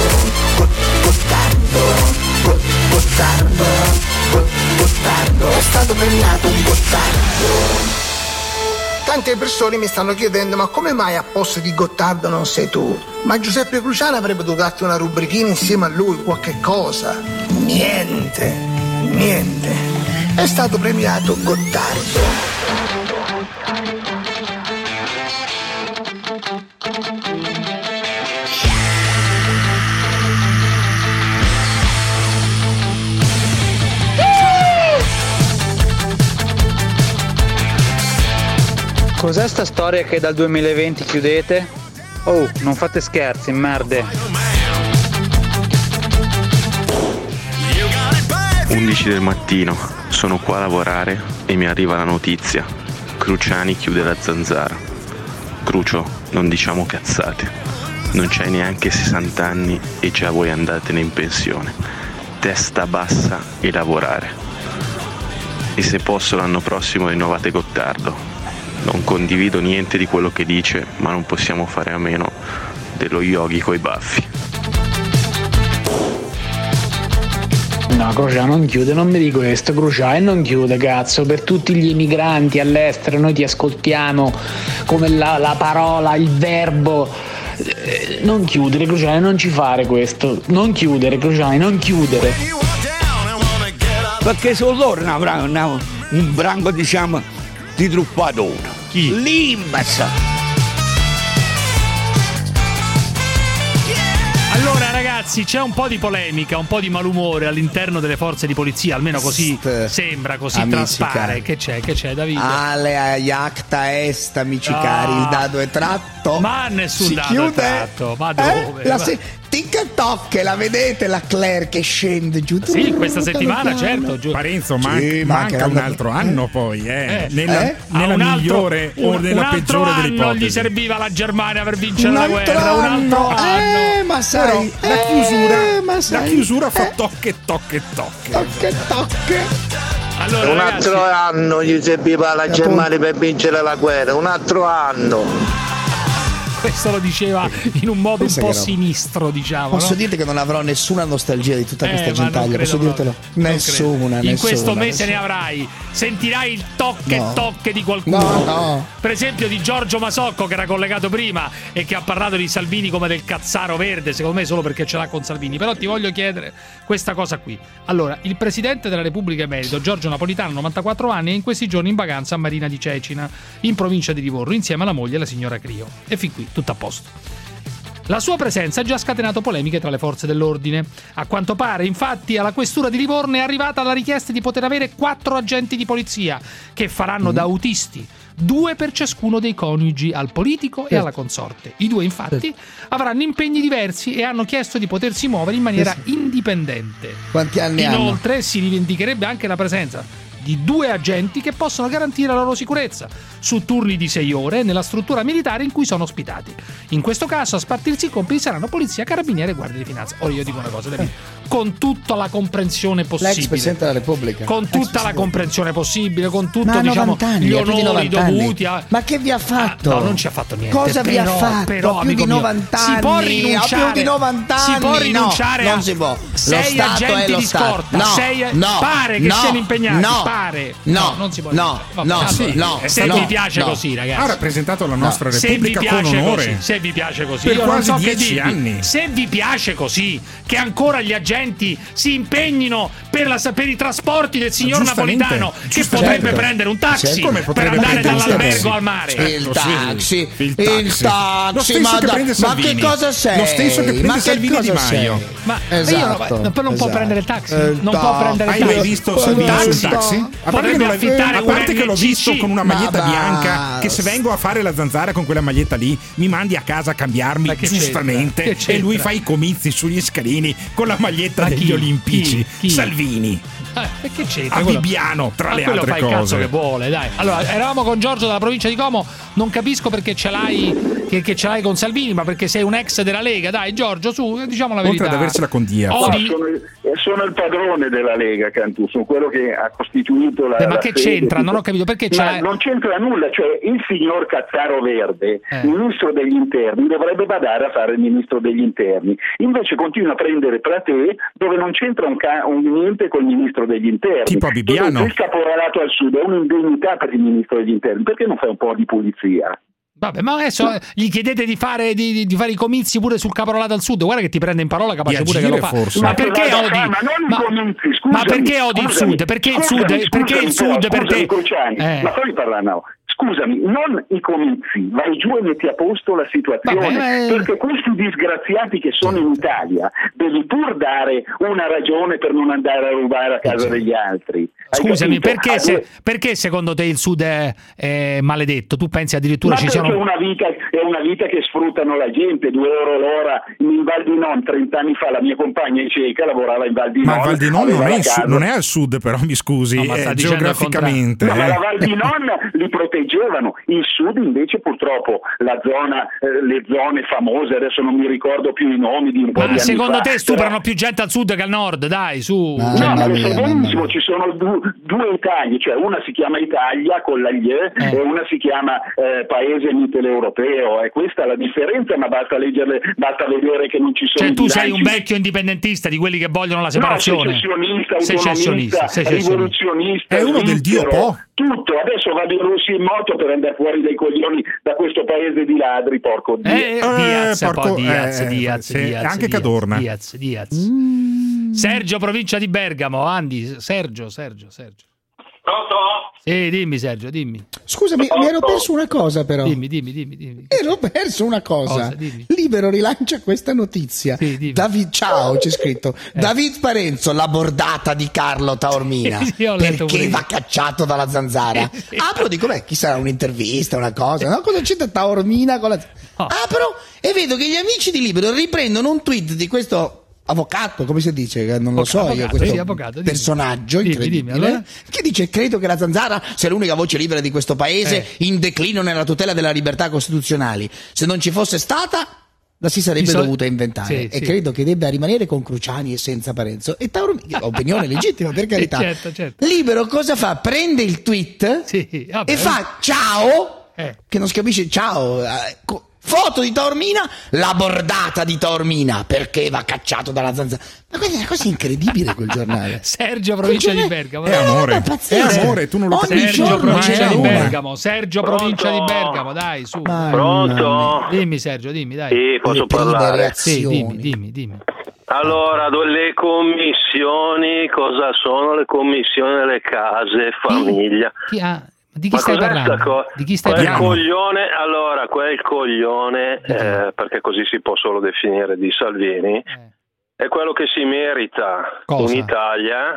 È stato premiato Gottardo. Tante persone mi stanno chiedendo: ma come mai a posto di Gottardo non sei tu? Ma Giuseppe Cruciani avrebbe dovuto darti una rubrichina insieme a lui, qualche cosa. Niente. È stato premiato Gottardo. Cos'è sta storia che dal 2020 chiudete? Oh, non fate scherzi, merde. 11 del mattino, sono qua a lavorare e mi arriva la notizia. Cruciani chiude la Zanzara. Crucio, non diciamo cazzate. Non c'hai neanche 60 anni e già voi andatene in pensione. Testa bassa e lavorare. E se posso l'anno prossimo rinnovate Gottardo. Non condivido niente di quello che dice, ma non possiamo fare a meno dello yogi coi baffi. No, Cruciani non chiude, non mi dico questo. Cruciani non chiude, cazzo. Per tutti gli emigranti all'estero noi ti ascoltiamo come la parola, il verbo. Non chiudere, Cruciani, non ci fare questo. Non chiudere, Cruciani, non chiudere. Perché sono loro un branco, diciamo, di truffatori. Chi? L'Imbas. Allora ragazzi, c'è un po' di polemica, un po' di malumore all'interno delle forze di polizia, almeno così sembra, così traspare. Che c'è Davide? Ale aiacta est, amici cari, il dado è tratto. Ma nessun si dado chiude. È tratto. Ma dove? TikTok, la vedete la Claire che scende giù? Sì, questa settimana, certo. Parenzo, manca un altro anno poi, nella migliore o nella peggiore delle ipotesi. Non gli serviva la Germania per vincere la guerra, un altro anno. Ma sai, la chiusura fa tocche. Allora, un altro anno gli serviva la Germania per vincere la guerra, un altro anno. Questo lo diceva in un modo un po' sinistro, diciamo. Posso dirti che non avrò nessuna nostalgia di tutta questa gentaglia, posso dirtelo? Nessuna. In questo mese ne avrai. Sentirai il tocche di qualcuno. No. Per esempio di Giorgio Masocco, che era collegato prima e che ha parlato di Salvini come del cazzaro verde, secondo me solo perché ce l'ha con Salvini. Però ti voglio chiedere questa cosa qui. Allora, il presidente della Repubblica emerito, Giorgio Napolitano, 94 anni, è in questi giorni in vacanza a Marina di Cecina, in provincia di Livorno, insieme alla moglie, la signora Crio. E fin qui tutto a posto. La sua presenza ha già scatenato polemiche tra le forze dell'ordine. A quanto pare, infatti, alla questura di Livorno è arrivata la richiesta di poter avere 4 agenti di polizia che faranno da autisti, 2 per ciascuno dei coniugi, al politico e alla consorte. I 2, infatti, avranno impegni diversi e hanno chiesto di potersi muovere in maniera indipendente. Quanti anni hanno? Inoltre, si rivendicherebbe anche la presenza di 2 agenti che possono garantire la loro sicurezza su turni di 6 ore nella struttura militare in cui sono ospitati. In questo caso a spartirsi i compiti saranno polizia, carabinieri e guardia di finanza. Ora io dico una cosa, con tutta la comprensione possibile, l'ex Presidente della Repubblica, con tutta la comprensione possibile, con tutto, diciamo, anni, gli onori dovuti a... Ma che vi ha fatto? No, non ci ha fatto niente. Cosa vi ha fatto? Però, più di 90 anni, si può rinunciare, più di 90 anni, si può rinunciare non si può. 6 agenti di scorta, pare che siano impegnati, pare. No, non si può. No. Se vi piace così, ragazzi. Ha rappresentato la nostra Repubblica con onore. Se vi piace così, per io quasi non so 10 anni. Se vi piace così, che ancora gli agenti si impegnino per i trasporti del signor Napolitano, che potrebbe prendere un taxi per andare dall'albergo al mare. Il taxi, lo stesso che prende Salvini. Ma che cosa sei? Lo stesso che prende Salvini Di Maio. Ma non può prendere il taxi. Non può prendere il taxi. Hai mai visto Salvini sul taxi? A parte che l'ho visto con una maglietta bianca, che se vengo a fare la zanzara con quella maglietta lì mi mandi a casa a cambiarmi giustamente, e lui fa i comizi sugli scalini con la maglietta degli olimpici. Chi? Salvini. Che c'entra? A Bibbiano, tra le altre cose. Fa il cazzo che vuole, dai. Allora, eravamo con Giorgio dalla provincia di Como. Non capisco perché ce l'hai con Salvini, ma perché sei un ex della Lega. Dai, Giorgio, su, diciamo la verità. Oltre ad avercela con Dia. Sono il padrone della Lega, Cantù, sono quello che ha costituito la. Ma che c'entra? Non ho capito perché c'è. Non c'entra nulla, cioè il signor Cazzaro Verde, ministro degli interni, dovrebbe badare a fare il ministro degli interni. Invece continua a prendere platee dove non c'entra niente col ministro degli interni. Tipo a Bibbiano. Il caporalato al sud è un'indegnità per il ministro degli interni. Perché non fai un po' di pulizia? Vabbè, ma adesso gli chiedete di fare i comizi pure sul caporalato al sud. Guarda che ti prende in parola, capace pure che lo fa. Forse. Ma perché odi? Ma perché odi il sud? Perché il sud? Perché Cruciani, ma fammi parlare, no. Scusami, non i comizi, vai giù e metti a posto la situazione, perché questi disgraziati che sono in Italia devi pur dare una ragione per non andare a rubare a casa degli altri. Scusami, perché secondo te il Sud è maledetto? Tu pensi addirittura ci siano... è una vita che sfruttano la gente, 2 euro l'ora in Val di Non. 30 anni fa la mia compagna cieca lavorava in Val di Non. Ma Val di Non non è al sud, però, mi scusi, geograficamente. Ma la Val di Non li proteggevano. Il sud invece purtroppo le zone famose, adesso non mi ricordo più i nomi di un po' di anni fa. Ma secondo te stuprano più gente al sud che al nord? Dai, su. No, ma lo sai benissimo, ci sono due Italie, cioè una si chiama Italia con la IE e una si chiama Paese mitteleuropeo, e questa è la differenza, ma basta leggerle, basta vedere che non ci sono. Cioè tu sei un vecchio indipendentista di quelli che vogliono la separazione. No, secessionista, rivoluzionista, è uno del Dio Po. Tutto, adesso vado in Russia in moto per andare fuori dai coglioni da questo paese di ladri, porco Dio. Diaz, anche Cadorna. Diaz. Sergio, provincia di Bergamo. Andi, Sergio. Pronto? Sì, dimmi Sergio, dimmi. Scusami, mi ero perso una cosa però. Dimmi. Ero perso una cosa. Libero rilancia questa notizia. Sì, ciao, c'è scritto. David Parenzo, la bordata di Carlo Taormina. Perché va cacciato dalla zanzara. Apro, dico, chi sarà un'intervista, una cosa? No, cosa c'entra Taormina con la... Apro e vedo che gli amici di Libero riprendono un tweet di questo... avvocato, come si dice? Non lo so io, questo personaggio incredibile, allora? Che dice: credo che la zanzara sia l'unica voce libera di questo paese in declino nella tutela della libertà costituzionali. Se non ci fosse stata, la si sarebbe dovuta inventare, e credo che debba rimanere con Cruciani e senza Parenzo. E Taormina, opinione legittima, per carità. Certo. Libero cosa fa? Prende il tweet e fa ciao, che non si capisce ciao, Foto di Taormina, la bordata di Taormina, perché va cacciato dalla zanzara. Ma questa è una cosa incredibile quel giornale. Sergio, provincia di Bergamo. È amore, tu non lo capisci. Sergio, provincia di Bergamo. Sergio, provincia di Bergamo, dai, su. Pronto? Dimmi Sergio, dimmi, dai. Sì, posso parlare? Sì, dimmi. Allora, le commissioni, cosa sono le commissioni delle case, famiglia? Di chi stai parlando? Di chi stai parlando? Quel coglione, perché così si può solo definire, di Salvini, è quello che si merita in Italia.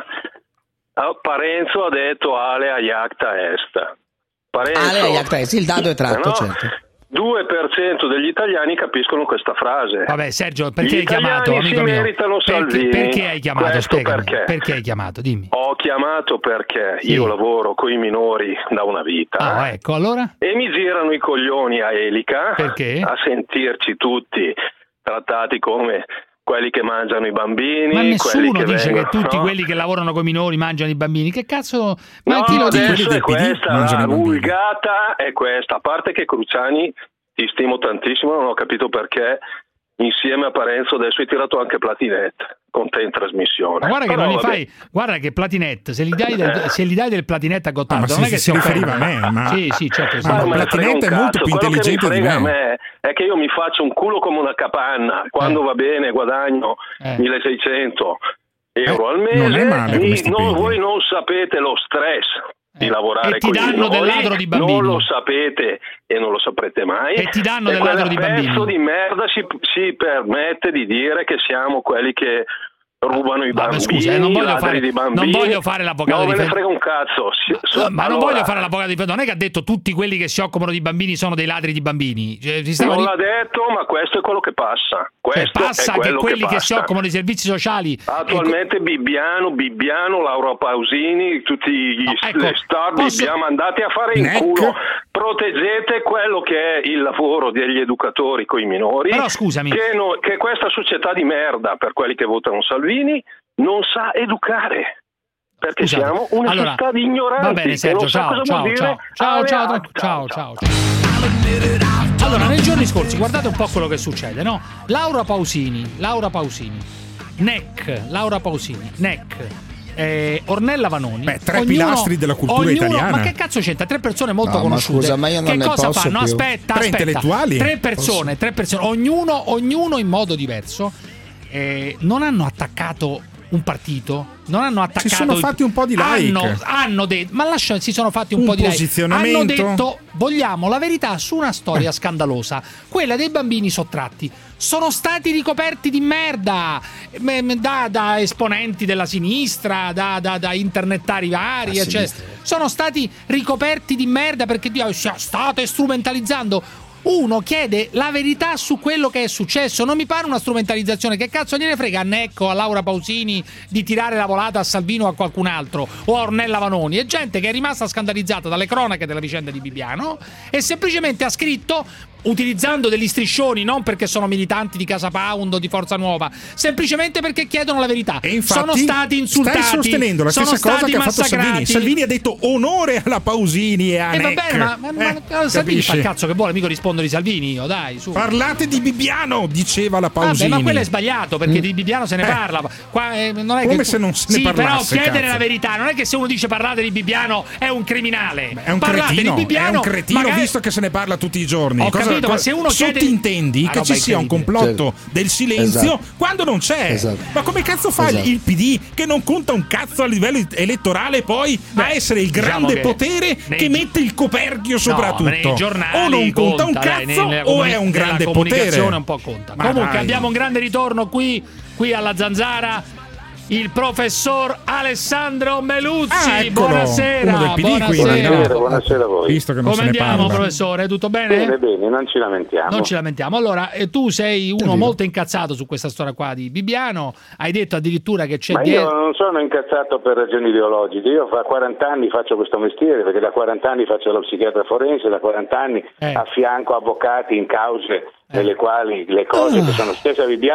Parenzo ha detto ale a iacta est. Ale a iacta est, il dato è tratto, no? certo. 2% degli italiani capiscono questa frase. Vabbè, Sergio, perché hai chiamato, amico mio? Perché hai chiamato? Spiegami. Perché hai chiamato? Dimmi. Ho chiamato perché io lavoro con i minori da una vita. Ah, ecco, allora? E mi girano i coglioni a elica. Perché? A sentirci tutti trattati come quelli che mangiano i bambini. Ma nessuno dice vengono, che tutti no? quelli che lavorano con i minori mangiano i bambini. Che cazzo? Ma no, chi lo dice? Adesso è questa, la vulgata è questa. A parte che Cruciani ti stimo tantissimo, non ho capito perché insieme a Parenzo adesso hai tirato anche Platinette con te in trasmissione. Ma guarda che non li fai, guarda che Platinette, se gli dai del Platinette a Gottardo, non è che si riferiva a me, ma sì, certo. Ma Platinette è molto più intelligente di me. A me è che io mi faccio un culo come una capanna, quando va bene guadagno 1600 euro al mese. Non è male come stipendio. Voi non sapete lo stress di lavorare con i minori, del ladro di bambini. Non lo sapete e non lo saprete mai. E ti danno del ladro di bambini. Pezzo di merda si permette di dire che siamo quelli che rubano i bambini. Scusa, non voglio fare l'avvocato di me ne frega un cazzo. Non voglio fare l'avvocato di difesa. Non è che ha detto tutti quelli che si occupano di bambini sono dei ladri di bambini. Non l'ha detto, ma questo è quello che passa. Passa che quelli che si occupano di servizi sociali attualmente Bibbiano, Laura Pausini, tutti gli star Bibbiano andati a fare in culo. Proteggete quello che è il lavoro degli educatori con i minori. Però scusami, che questa società di merda, per quelli che votano Salvini, non sa educare. Perché siamo una società di ignoranti. Va bene, Sergio, ciao. Allora, nei giorni scorsi, guardate un po' quello che succede, no? Laura Pausini, Laura Pausini, Ornella Vanoni. Tre pilastri della cultura italiana. Ma che cazzo c'entra? 3 persone molto conosciute. Scusa, ma io non che ne cosa posso fanno? più. Aspetta. 3 persone, ognuno in modo diverso. Non hanno attaccato un partito, non hanno attaccato. Si sono fatti un po' di like. Hanno detto, ma si sono fatti un po' di like. Hanno detto: vogliamo la verità su una storia scandalosa, quella dei bambini sottratti. Sono stati ricoperti di merda da esponenti della sinistra, da internettari vari, eccetera. Sono stati ricoperti di merda perché state strumentalizzando. Uno chiede la verità su quello che è successo, non mi pare una strumentalizzazione. Che cazzo gliene frega a Necco, a Laura Pausini di tirare la volata a Salvini o a qualcun altro, o a Ornella Vanoni? È gente che è rimasta scandalizzata dalle cronache della vicenda di Bibbiano e semplicemente ha scritto, utilizzando degli striscioni, non perché sono militanti di Casa Pound o di Forza Nuova, semplicemente perché chiedono la verità. E infatti sono stati insultati, stai sostenendo la stessa cosa che ha fatto Salvini. Salvini ha detto onore alla Pausini e a Necco. Va bene, ma Salvini fa il cazzo che vuole, mica rispondo di Salvini io, dai, su. Parlate di Bibbiano, diceva la Pausini. Ma quello è sbagliato, perché di Bibbiano se ne parla. Qua, non è come che se non se ne parlasse. Però chiedere la verità non è che se uno dice parlate di Bibbiano è un criminale. È un cretino, di Bibbiano, è un cretino magari... visto che se ne parla tutti i giorni. Ho capito, ma se uno sottintendi che ci sia un complotto del silenzio quando non c'è. Ma come cazzo fa il PD, che non conta un cazzo a livello elettorale, poi a essere il grande potere che mette il coperchio sopra tutto? O non conta un cazzo o è un grande potere. La comunicazione un po' conta. Comunque abbiamo un grande ritorno qui alla Zanzara. Il professor Alessandro Meluzzi, buonasera. Uno del PD, buonasera a voi. Visto che non come se ne andiamo, parla. professore? Tutto bene? Bene, non ci lamentiamo. Allora, tu sei uno molto incazzato su questa storia qua di Bibbiano. Hai detto addirittura che c'è io non sono incazzato per ragioni ideologiche. Io fa 40 anni faccio questo mestiere, perché da 40 anni faccio lo psichiatra forense, da 40 anni affianco avvocati in cause nelle quali le cose che sono successe a Bibbiano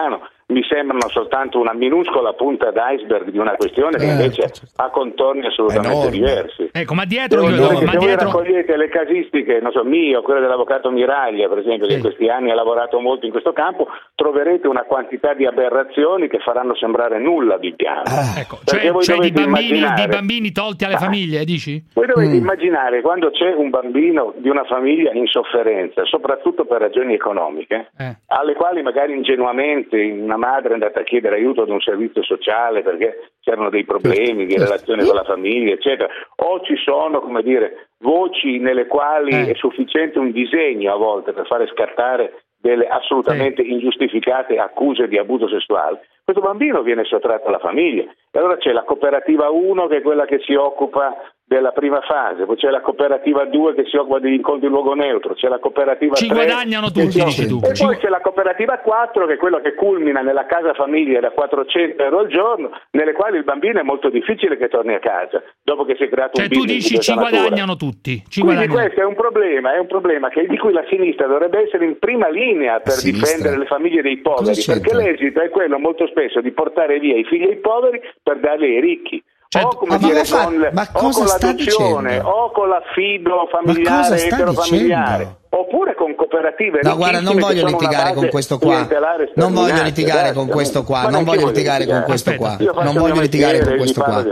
mi sembrano soltanto una minuscola punta d'iceberg di una questione che invece ha contorni assolutamente diversi. Ecco, ma dietro se voi raccogliete le casistiche, non so, mio, quella dell'avvocato Miraglia, per esempio, che in questi anni ha lavorato molto in questo campo, troverete una quantità di aberrazioni che faranno sembrare nulla Bibbiano. Ecco, cioè di bambini tolti alle famiglie, dici? Voi dovete immaginare quando c'è un bambino di una famiglia in sofferenza, soprattutto per ragioni economiche, alle quali magari ingenuamente una madre è andata a chiedere aiuto ad un servizio sociale perché c'erano dei problemi di relazione con la famiglia, eccetera, o ci sono, come dire, voci nelle quali è sufficiente un disegno a volte per fare scattare delle assolutamente ingiustificate accuse di abuso sessuale. Questo bambino viene sottratto alla famiglia e allora c'è la cooperativa 1 che è quella che si occupa della prima fase, poi c'è la cooperativa 2 che si occupa degli incontri in luogo neutro, c'è la cooperativa 3 ci guadagnano tutti, dici tu. E poi c'è la cooperativa 4 che è quella che culmina nella casa famiglia da 400 euro al giorno, nelle quali il bambino è molto difficile che torni a casa dopo che si è creato un business. Tu dici ci guadagnano tutti. Quindi questo è un problema di cui la sinistra dovrebbe essere in prima linea per difendere le famiglie dei poveri, perché l'esito è quello molto spesso di portare via i figli ai poveri per darli ai ricchi. O come dire, con l'adozione, o con l'affido familiare, eterofamiliare, oppure con cooperative. No, guarda, non voglio litigare con questo qua. Non voglio litigare con questo qua. Non voglio litigare con questo qua. Non voglio litigare con questo qua.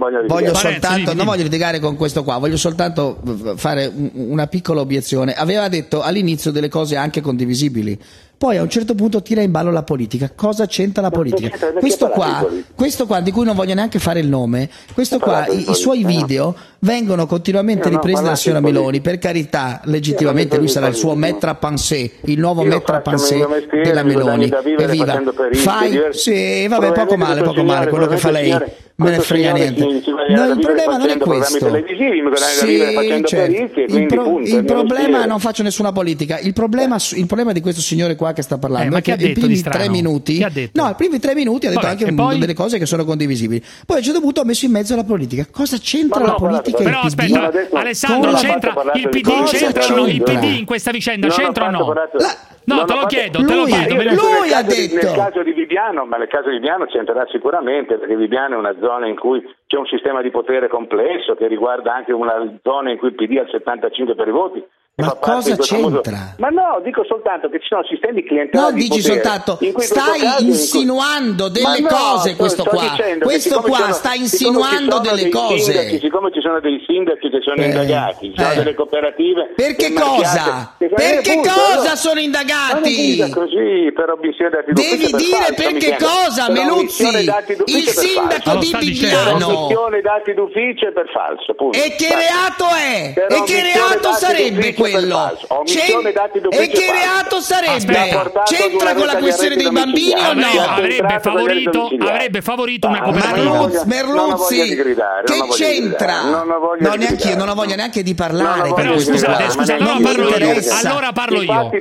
Non voglio litigare con questo qua. Voglio soltanto fare una piccola obiezione. Aveva detto all'inizio delle cose anche condivisibili. Poi a un certo punto tira in ballo la politica. Cosa c'entra la politica? Questo qua di cui non voglio neanche fare il nome, questo qua, i suoi video vengono continuamente ripresi dalla signora Meloni, per carità, legittimamente lui sarà il suo maître à penser, il nuovo maître à penser della Meloni. Evviva! Vabbè, poco male quello che fa lei. Me ne frega niente. No, il problema non è questo. Il problema, non faccio nessuna politica. Il problema di questo signore qua che sta parlando è che i primi 3 minuti ha detto anche delle cose che sono condivisibili. Poi a un certo punto ha messo in mezzo la politica. Cosa c'entra la politica? Però aspetta, Alessandro, c'entra il PD in questa vicenda? C'entra o no? No, te lo chiedo. Lui ha detto. Nel caso di Viviano c'entrerà sicuramente, perché Viviano è una zona in cui c'è un sistema di potere complesso che riguarda anche una zona in cui il PD ha il 75 per i voti. Ma cosa c'entra? Ma no, dico soltanto che ci sono sistemi clientelari. No, dici soltanto, stai insinuando delle cose questo qua. Questo qua sta insinuando delle cose. Siccome ci sono dei sindaci che sono indagati, ci sono delle cooperative. Perché cosa? Perché cosa sono indagati? Così, per omissione d'atti d'ufficio. Devi dire perché cosa, Meluzzi? Il sindaco di Bibbiano. Omissione d'atti d'ufficio e per falso. E che reato è? E che reato sarebbe quello? E che reato sarebbe? C'entra con la questione dei bambini o no? Avrebbe favorito una cooperativa. Merluzzi, che c'entra? No, neanche io non ho voglia neanche di parlare. Però scusate, allora parlo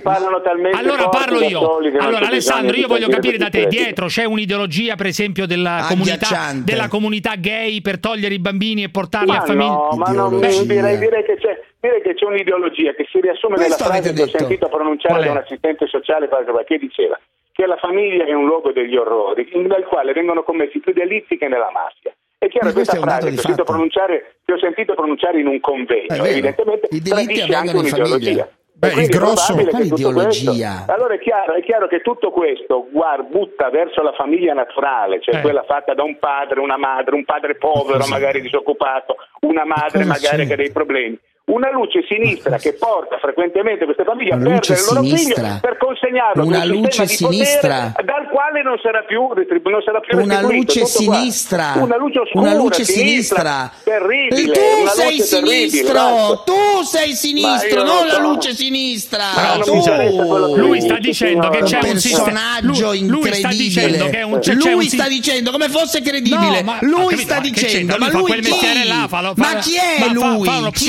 io. Allora Alessandro, io voglio capire da te, dietro c'è un'ideologia per esempio della comunità gay per togliere i bambini e portarli a famiglie? No, ma non direi che c'è un'ideologia che si riassume nella frase che ho sentito pronunciare da un assistente sociale che diceva che la famiglia è un luogo degli orrori nel quale vengono commessi più delitti che nella mafia. È chiaro che questa frase che ho sentito pronunciare in un convegno evidentemente tradisce anche un'ideologia. Il grosso ideologia. Allora è chiaro che tutto questo butta verso la famiglia naturale, cioè quella fatta da un padre, una madre, un padre povero magari disoccupato, una madre magari che ha dei problemi. Una luce sinistra che porta frequentemente queste famiglie a perdere il loro figlio per consegnarlo a un sistema di potere dal quale non sarà più restituito. Una luce sinistra. Una luce oscura. Una luce sinistra. Terribile. Tu sei sinistro, non la luce sinistra. Lui sta dicendo che c'è un personaggio incredibile. Lui sta dicendo come fosse credibile. Lui sta dicendo, ma lui chi? Ma chi è lui?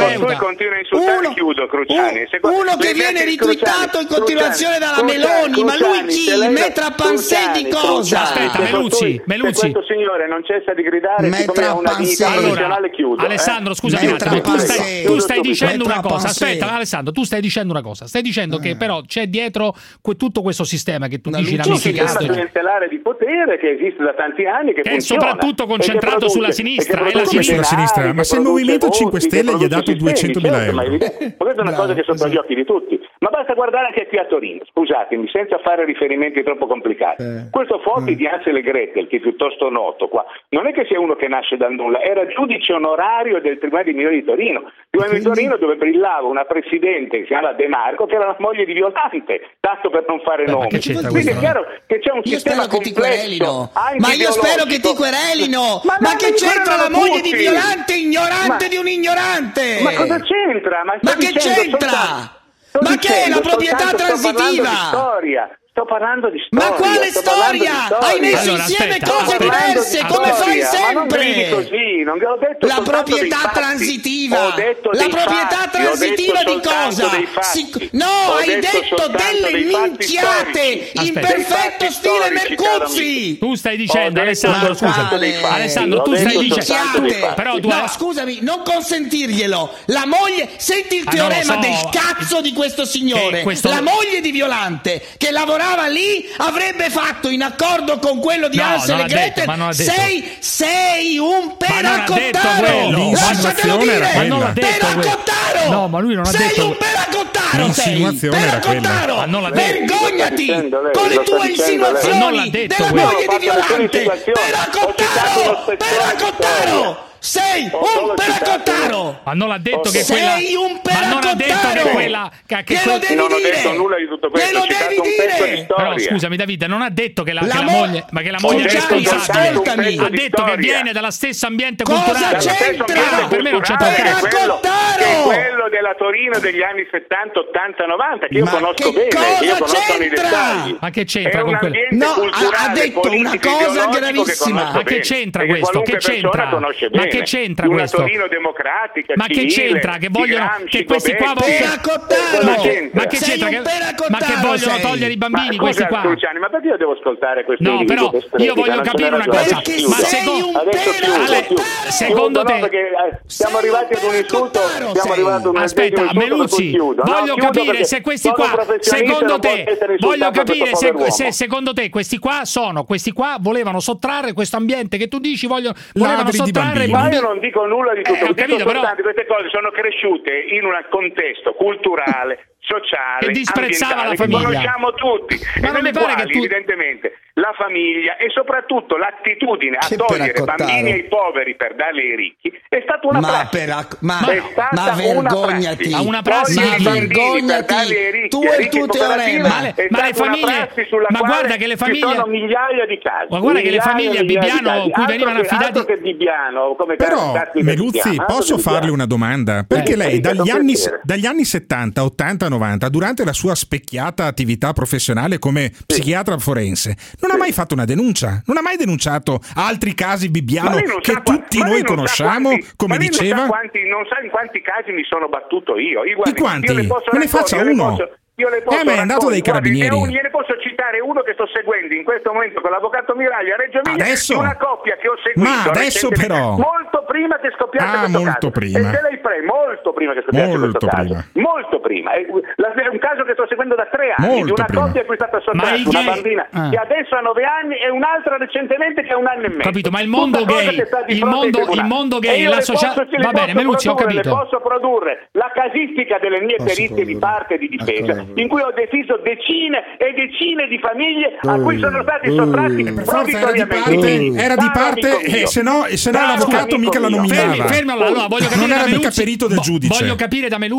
lui continua a insultare, chiudo, Cruciani. Uno che viene ritwittato in continuazione dalla Meloni, ma lui chi? Metra Pansè di cosa? Aspetta, Meluzzi. Se questo signore non cessa di gridare, siccome ha una vita professionale, chiudo. Alessandro, scusami un attimo, tu stai dicendo una cosa. Aspetta, Alessandro, tu stai dicendo una cosa. Stai dicendo che però c'è dietro tutto questo sistema che tu dici ramificato. Un sistema clientelare di potere che esiste da tanti anni, che è soprattutto concentrato sulla sinistra. Sulla sinistra. Ma se il Movimento 5 Stelle gli ha dato 200.000 euro. Questa è una cosa che è sotto gli occhi di tutti. Ma basta guardare anche qui a Torino, scusatemi, senza fare riferimenti troppo complicati. Questo Foti di Hansel e Gretel, che è piuttosto noto qua, non è che sia uno che nasce dal nulla, era giudice onorario del Tribunale di Minori di Torino. Tribunale di Torino dove brillava una presidente che si chiama De Marco, che era la moglie di Violante, tanto per non fare nomi. Quindi è chiaro che c'è un sistema complesso. Ma io spero che ti querelino! Ma che c'entra la moglie di Violante, ignorante di un ignorante? Ma cosa c'entra? Ma che c'entra? Ma che è la proprietà transitiva? Sto parlando di storia. Ma quale storia? Hai messo insieme cose diverse, come fai sempre. Così, non ho detto la proprietà transitiva. La proprietà transitiva di cosa? No, hai detto delle minchiate in perfetto stile Mercuzzi. Tu stai dicendo, Alessandro, scusa. Alessandro, tu stai dicendo. Però tu scusami, non consentirglielo. La moglie, senti il teorema del cazzo di questo signore. La moglie di Violante che lavorava lì avrebbe fatto in accordo con quello di Hansel e Gretel. Sei un peracottaro, lasciatelo dire, peracottaro. No, ma lui non ha detto. Sei un peracottaro, peracottaro. Vergognati con le tue insinuazioni della moglie di Violante. Peracottaro. Sei un peracottaro! Ma non ha detto che quella. Sei un peracottaro! Ma non ha detto che quella. Non ho detto nulla di tutto questo. Lo devi dire! Però scusami, Davide, non ha detto che la moglie. Ma che la moglie è responsabile. Ha detto che viene dallo stesso ambiente culturale. Cosa c'entra? Per me non c'entra un cazzo. Peracottaro! Quello della Torino degli anni 70, 80, 90, che io conosco bene, io conosco i dettagli. Ma che c'entra con quello? No, ha detto una cosa gravissima. Ma che c'entra questo? Che c'entra? Ma che c'entra questo? Una Torino democratica, ma che c'entra? Che vogliono che questi qua ma che c'entra? Ma che vogliono togliere i bambini questi qua? Cruciani, ma perché io devo ascoltare questo? No, però io voglio capire una cosa. Ma secondo te siamo arrivati ad un insulto? Siamo arrivati ad un aspetta, Meluzzi, voglio capire se questi qua secondo te voglio capire se secondo te questi qua volevano sottrarre questo ambiente che tu dici volevano sottrarre. Ma io non dico nulla di tutto, dico soltanto queste cose sono cresciute in un contesto culturale, sociale, che disprezzava la che famiglia. Conosciamo tutti, ma non mi pare che tu evidentemente la famiglia e soprattutto l'attitudine a togliere bambini ai poveri per darli ai ricchi è stata una prassi. Ma vergognati, una prassi, vergognati tu e il tuo teorema. Ma le famiglie, ma guarda che le famiglie sono migliaia di casi. Ma guarda che le famiglie a Bibbiano cui venivano affidati Però Meluzzi, posso farle una domanda? Perché lei dagli anni 70, 80, 90, durante la sua specchiata attività professionale come psichiatra forense, non ha mai fatto una denuncia? Non ha mai denunciato altri casi Bibbiano che tutti noi conosciamo, come diceva? Non sa in quanti casi mi sono battuto io. In quanti? Me ne faccia uno. Ma è andato dai carabinieri. Gliene posso citare uno che sto seguendo in questo momento con l'avvocato Miraglia a Reggio Emilia, di una coppia che ho seguito. Ma adesso però. Molto prima che scoppiasse questo molto caso. Prima. E se lei molto prima che scoppiasse questo caso. Molto prima. È un caso che sto seguendo da 3 anni, di una coppia a cui è stata sottratta una bambina che adesso ha 9 anni e un'altra recentemente che ha 1 anno e mezzo. Capito, ma il mondo gay, il mondo gay, la società. Va bene, Meluzzi, ho capito. Posso produrre la casistica delle mie perizie di parte e di difesa, in cui ho deciso decine e decine di famiglie a cui sono stati sottratti provvisoriamente. Era di parte e se no l'avvocato mica la nominava. Fermo allora, voglio capire non era mica perito del giudice. Voglio capire da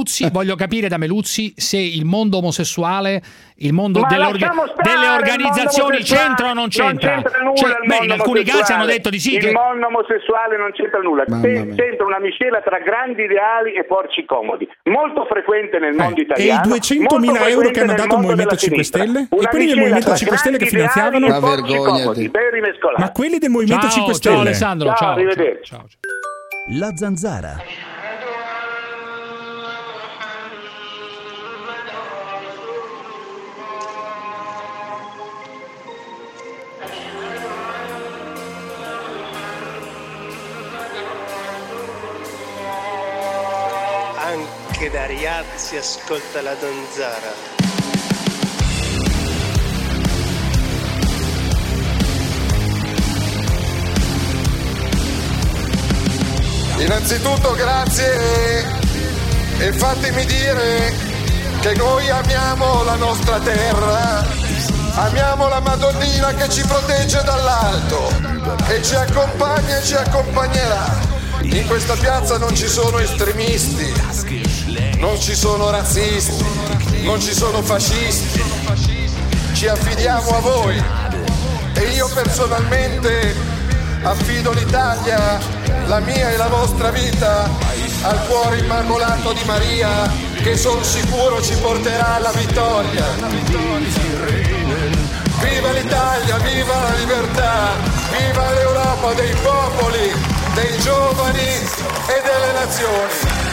Meluzzi se il mondo omosessuale, il mondo delle organizzazioni c'entra o non c'entra? Non c'entra nulla. In alcuni casi hanno detto di sì. Il mondo omosessuale non c'entra nulla. C'entra una miscela tra grandi ideali e porci comodi, molto frequente nel mondo italiano. E i 200.000 euro che hanno dato il Movimento 5 Stelle? E quelli del Movimento 5 Stelle che finanziavano? Ma vergognati. Ma quelli del Movimento 5 Ciao, Stelle? Alessandro, ciao. Arrivederci. La Zanzara. che da Riyadh si ascolta la zanzara. Innanzitutto grazie e fatemi dire che noi amiamo la nostra terra, amiamo la Madonnina che ci protegge dall'alto, che ci accompagna e ci accompagnerà. In questa piazza non ci sono estremisti, non ci sono razzisti, non ci sono fascisti, ci affidiamo a voi e io personalmente affido l'Italia, la mia e la vostra vita, al cuore immacolato di Maria, che sono sicuro ci porterà alla vittoria. Viva l'Italia, viva la libertà, viva l'Europa dei popoli, dei giovani e delle nazioni.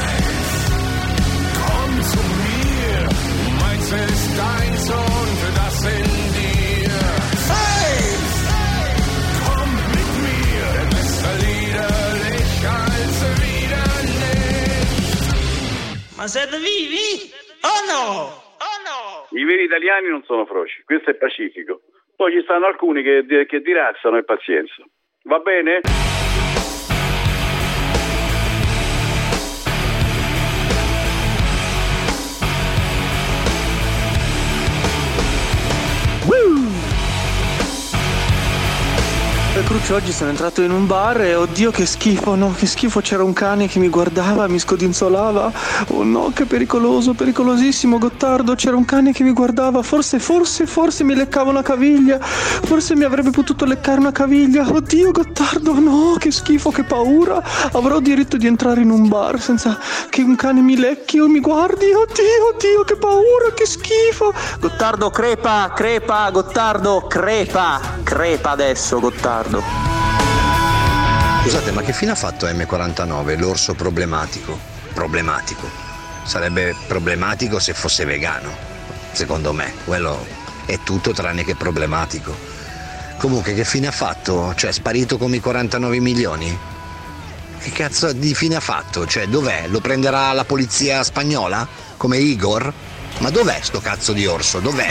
Komm zu mir, mein Feststein Sohn für das in dir. Hey! Komm mit mir, besser liederlich als wieder nicht. Ma siete vivi? Oh no! Oh no! I veri italiani non sono froci, questo è pacifico. Poi ci stanno alcuni che dirazzano e pazienza. Va bene? Cruccio, oggi sono entrato in un bar e oddio che schifo, no, che schifo, c'era un cane che mi guardava, mi scodinzolava, oh no, che pericoloso, pericolosissimo, Gottardo, c'era un cane che mi guardava, forse mi leccava una caviglia, forse mi avrebbe potuto leccare una caviglia, oddio Gottardo, no, che schifo, che paura, avrò diritto di entrare in un bar senza che un cane mi lecchi o mi guardi, oddio, che paura, che schifo, Gottardo, crepa, Gottardo, crepa adesso, Gottardo. Scusate, ma che fine ha fatto M49, l'orso problematico? Problematico. Sarebbe problematico se fosse vegano, secondo me. Quello è tutto tranne che problematico. Comunque, che fine ha fatto? Cioè, è sparito come i 49 milioni? Che cazzo di fine ha fatto? Cioè, dov'è? Lo prenderà la polizia spagnola? Come Igor? Ma dov'è sto cazzo di orso? Dov'è?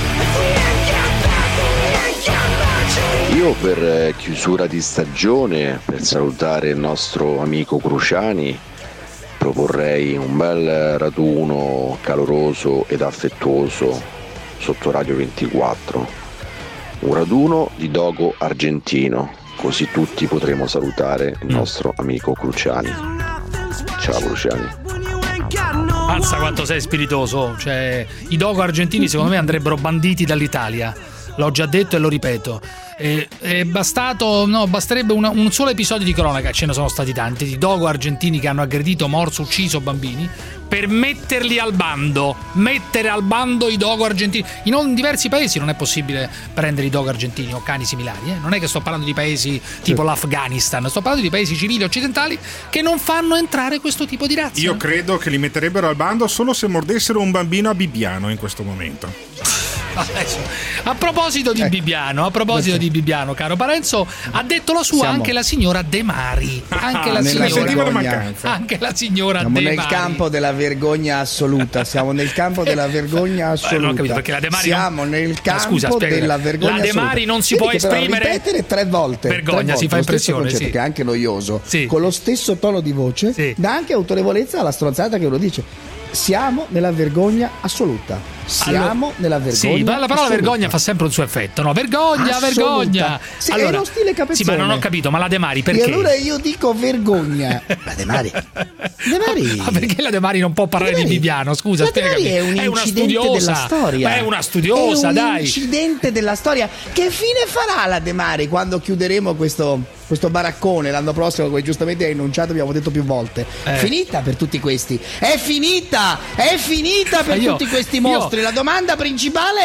Io per chiusura di stagione, per salutare il nostro amico Cruciani, proporrei un bel raduno caloroso ed affettuoso sotto Radio 24. Un raduno di dogo argentino, così tutti potremo salutare il nostro amico Cruciani. Ciao Cruciani. Mazza quanto sei spiritoso, cioè i dogo argentini secondo me andrebbero banditi dall'Italia. L'ho già detto e lo ripeto. Basterebbe un solo episodio di cronaca, ce ne sono stati tanti, di dogo argentini che hanno aggredito, morso, ucciso bambini, per metterli al bando, mettere al bando i dogo argentini. In diversi paesi non è possibile prendere i dogo argentini o cani similari, non è che sto parlando di paesi tipo l'Afghanistan, sto parlando di paesi civili occidentali che non fanno entrare questo tipo di razza. Io credo che li metterebbero al bando solo se mordessero un bambino a Bibbiano in questo momento. A proposito di Bibbiano, caro Parenzo, ha detto la sua anche la signora De Mari. Anche la signora De Mari. Nel campo della vergogna assoluta. Siamo nel campo della vergogna assoluta. Non ho capito, perché la De Mari siamo nel campo della vergogna assoluta. La De Mari non si può esprimere. Ripetere 3 volte. Vergogna, si fa impressione. Concetto, che è anche noioso. Con lo stesso tono di voce, dà anche autorevolezza alla stronzata che uno dice. Siamo nella vergogna assoluta. Nella vergogna. Sì, ma la parola assoluta. Vergogna fa sempre un suo effetto, no? Vergogna, assoluta. Vergogna. Sì, allora, è uno stile capezzone. Sì, ma non ho capito, ma la De Mari perché? E allora io dico vergogna. La De Mari. Ma perché la De Mari non può parlare di Bibbiano? Scusa, la De Mari è una studiosa della storia. Ma è una studiosa, dai. È un incidente della storia. Che fine farà la De Mari quando chiuderemo questo baraccone l'anno prossimo, come giustamente hai enunciato, abbiamo detto più volte? Finita per tutti questi. È finita per tutti questi mostri. La domanda principale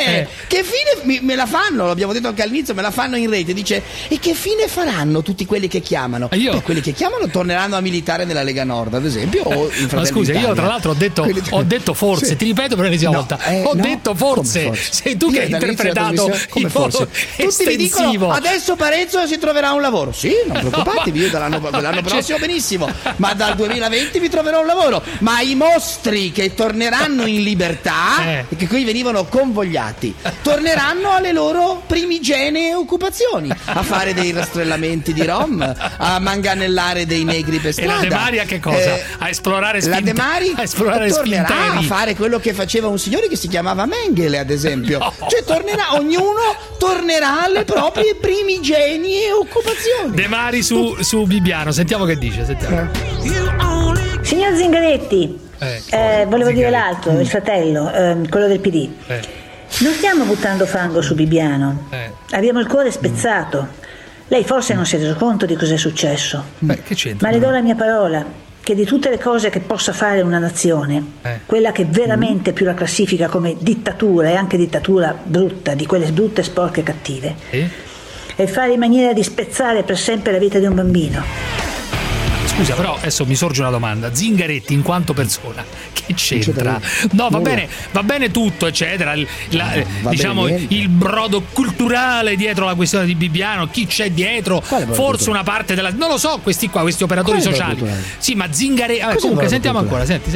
che fine me la fanno? L'abbiamo detto anche all'inizio, me la fanno in rete. Dice, e che fine faranno tutti quelli che chiamano? Quelli che chiamano torneranno a militare nella Lega Nord, ad esempio, o in Ma scusa, io tra l'altro ho detto forse, sì. Ti ripeto per l'ennesima volta, ho detto forse, sei tu che hai interpretato come forse. Tutti mi dicono, adesso Parenzo si troverà un lavoro. Sì, non preoccupatevi, io dall'anno prossimo benissimo, ma dal 2020 vi troverò un lavoro. Ma i mostri che torneranno in libertà e che qui venivano convogliati torneranno alle loro primigenee occupazioni, a fare dei rastrellamenti di rom, a manganellare dei negri per strada. E la De Mari a che cosa? A esplorare la De Mari tornerà a fare quello che faceva un signore che si chiamava Mengele, ad esempio. Cioè ognuno tornerà alle proprie primigenie occupazioni. De Mari su Bibbiano, sentiamo che dice, Signor Zingaretti, volevo dire l'altro, il fratello, quello del PD. Non stiamo buttando fango su Bibbiano. Abbiamo il cuore spezzato. Lei forse non si è reso conto di cos'è successo. Che c'entra? Ma le do la mia parola, che di tutte le cose che possa fare una nazione, quella che veramente più la classifica come dittatura, e anche dittatura brutta, di quelle brutte, sporche e cattive, è fare in maniera di spezzare per sempre la vita di un bambino. Scusa, però adesso mi sorge una domanda. Zingaretti in quanto persona, che c'entra? No, va bene tutto, eccetera. Il brodo culturale dietro la questione di Bibbiano, chi c'è dietro? Forse una parte della. Non lo so, questi operatori sociali. Sì, ma Zingaretti. Comunque, sentiamo ancora, senti.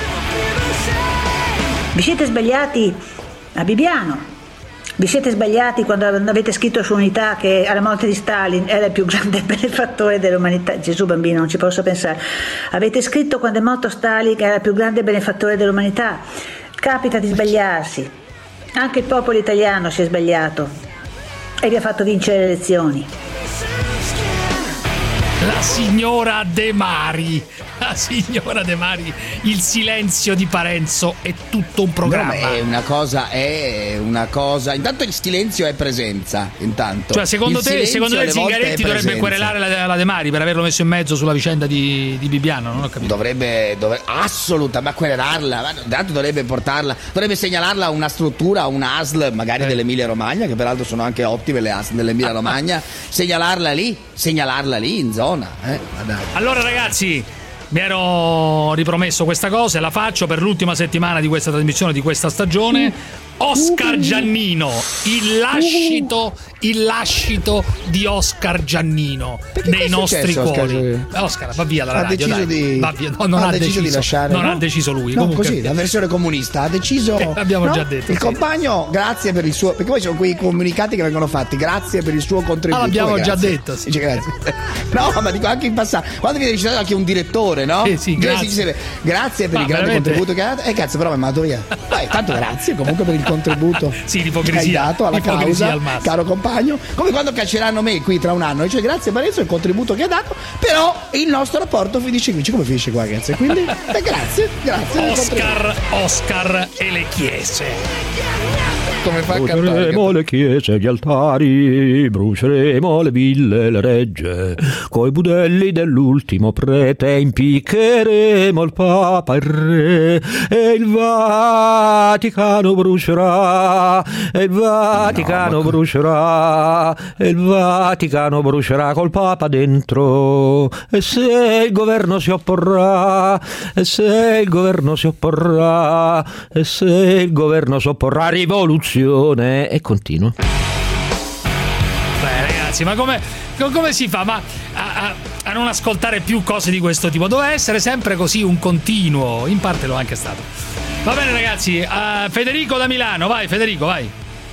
Vi siete sbagliati a Bibbiano. Vi siete sbagliati quando avete scritto su Unità che alla morte di Stalin era il più grande benefattore dell'umanità. Gesù bambino, non ci posso pensare. Avete scritto quando è morto Stalin che era il più grande benefattore dell'umanità. Capita di sbagliarsi. Anche il popolo italiano si è sbagliato e vi ha fatto vincere le elezioni. La signora De Mari, il silenzio di Parenzo è tutto un programma. No, è una cosa. Intanto il silenzio è presenza. Intanto. Cioè, secondo te Zingaretti dovrebbe querelare la De Mari per averlo messo in mezzo sulla vicenda di Bibbiano? Non ho capito. Dovrebbe assolutamente, ma querelarla. Intanto dovrebbe segnalarla a una struttura, a un ASL, magari dell'Emilia Romagna, che peraltro sono anche ottime le ASL dell'Emilia Romagna. segnalarla lì in zona. Allora ragazzi, mi ero ripromesso questa cosa e la faccio per l'ultima settimana di questa trasmissione, di questa stagione. Oscar Giannino, il lascito di Oscar Giannino nei nostri cuori. Oscar va via dalla radio, non ha deciso lui. No, comunque, così, la versione comunista ha deciso. Abbiamo già detto. Il compagno, grazie per il suo. Perché poi sono quei comunicati che vengono fatti. Grazie per il suo contributo. L'abbiamo già detto. Sì. Grazie. No, ma dico anche in passato. Quando viene citato anche un direttore, no? Sì, grazie. Grazie per il grande contributo che ha dato. Cazzo, però mi è mandato via. Tanto grazie comunque per il contributo che hai dato alla causa, caro compagno. Come quando cacceranno me qui tra un anno, cioè grazie Parenzo il contributo che ha dato, però il nostro rapporto finisce qui. Come finisce qua, ragazzi? Quindi grazie Oscar e le chiese. Come fa a cantare? Bruceremo le chiese e gli altari, bruceremo le ville e le regge, coi budelli dell'ultimo prete impiccheremo il Papa e il Re, e il Vaticano brucerà, e il Vaticano brucerà, e il Vaticano brucerà col Papa dentro, e se il governo si opporrà, e se il governo si opporrà, e se il governo si opporrà, rivoluzione. E continua. Beh ragazzi, ma come si fa a non ascoltare più cose di questo tipo? Doveva essere sempre così un continuo. In parte lo è anche stato. Va bene ragazzi, Federico da Milano. Vai Federico, vai.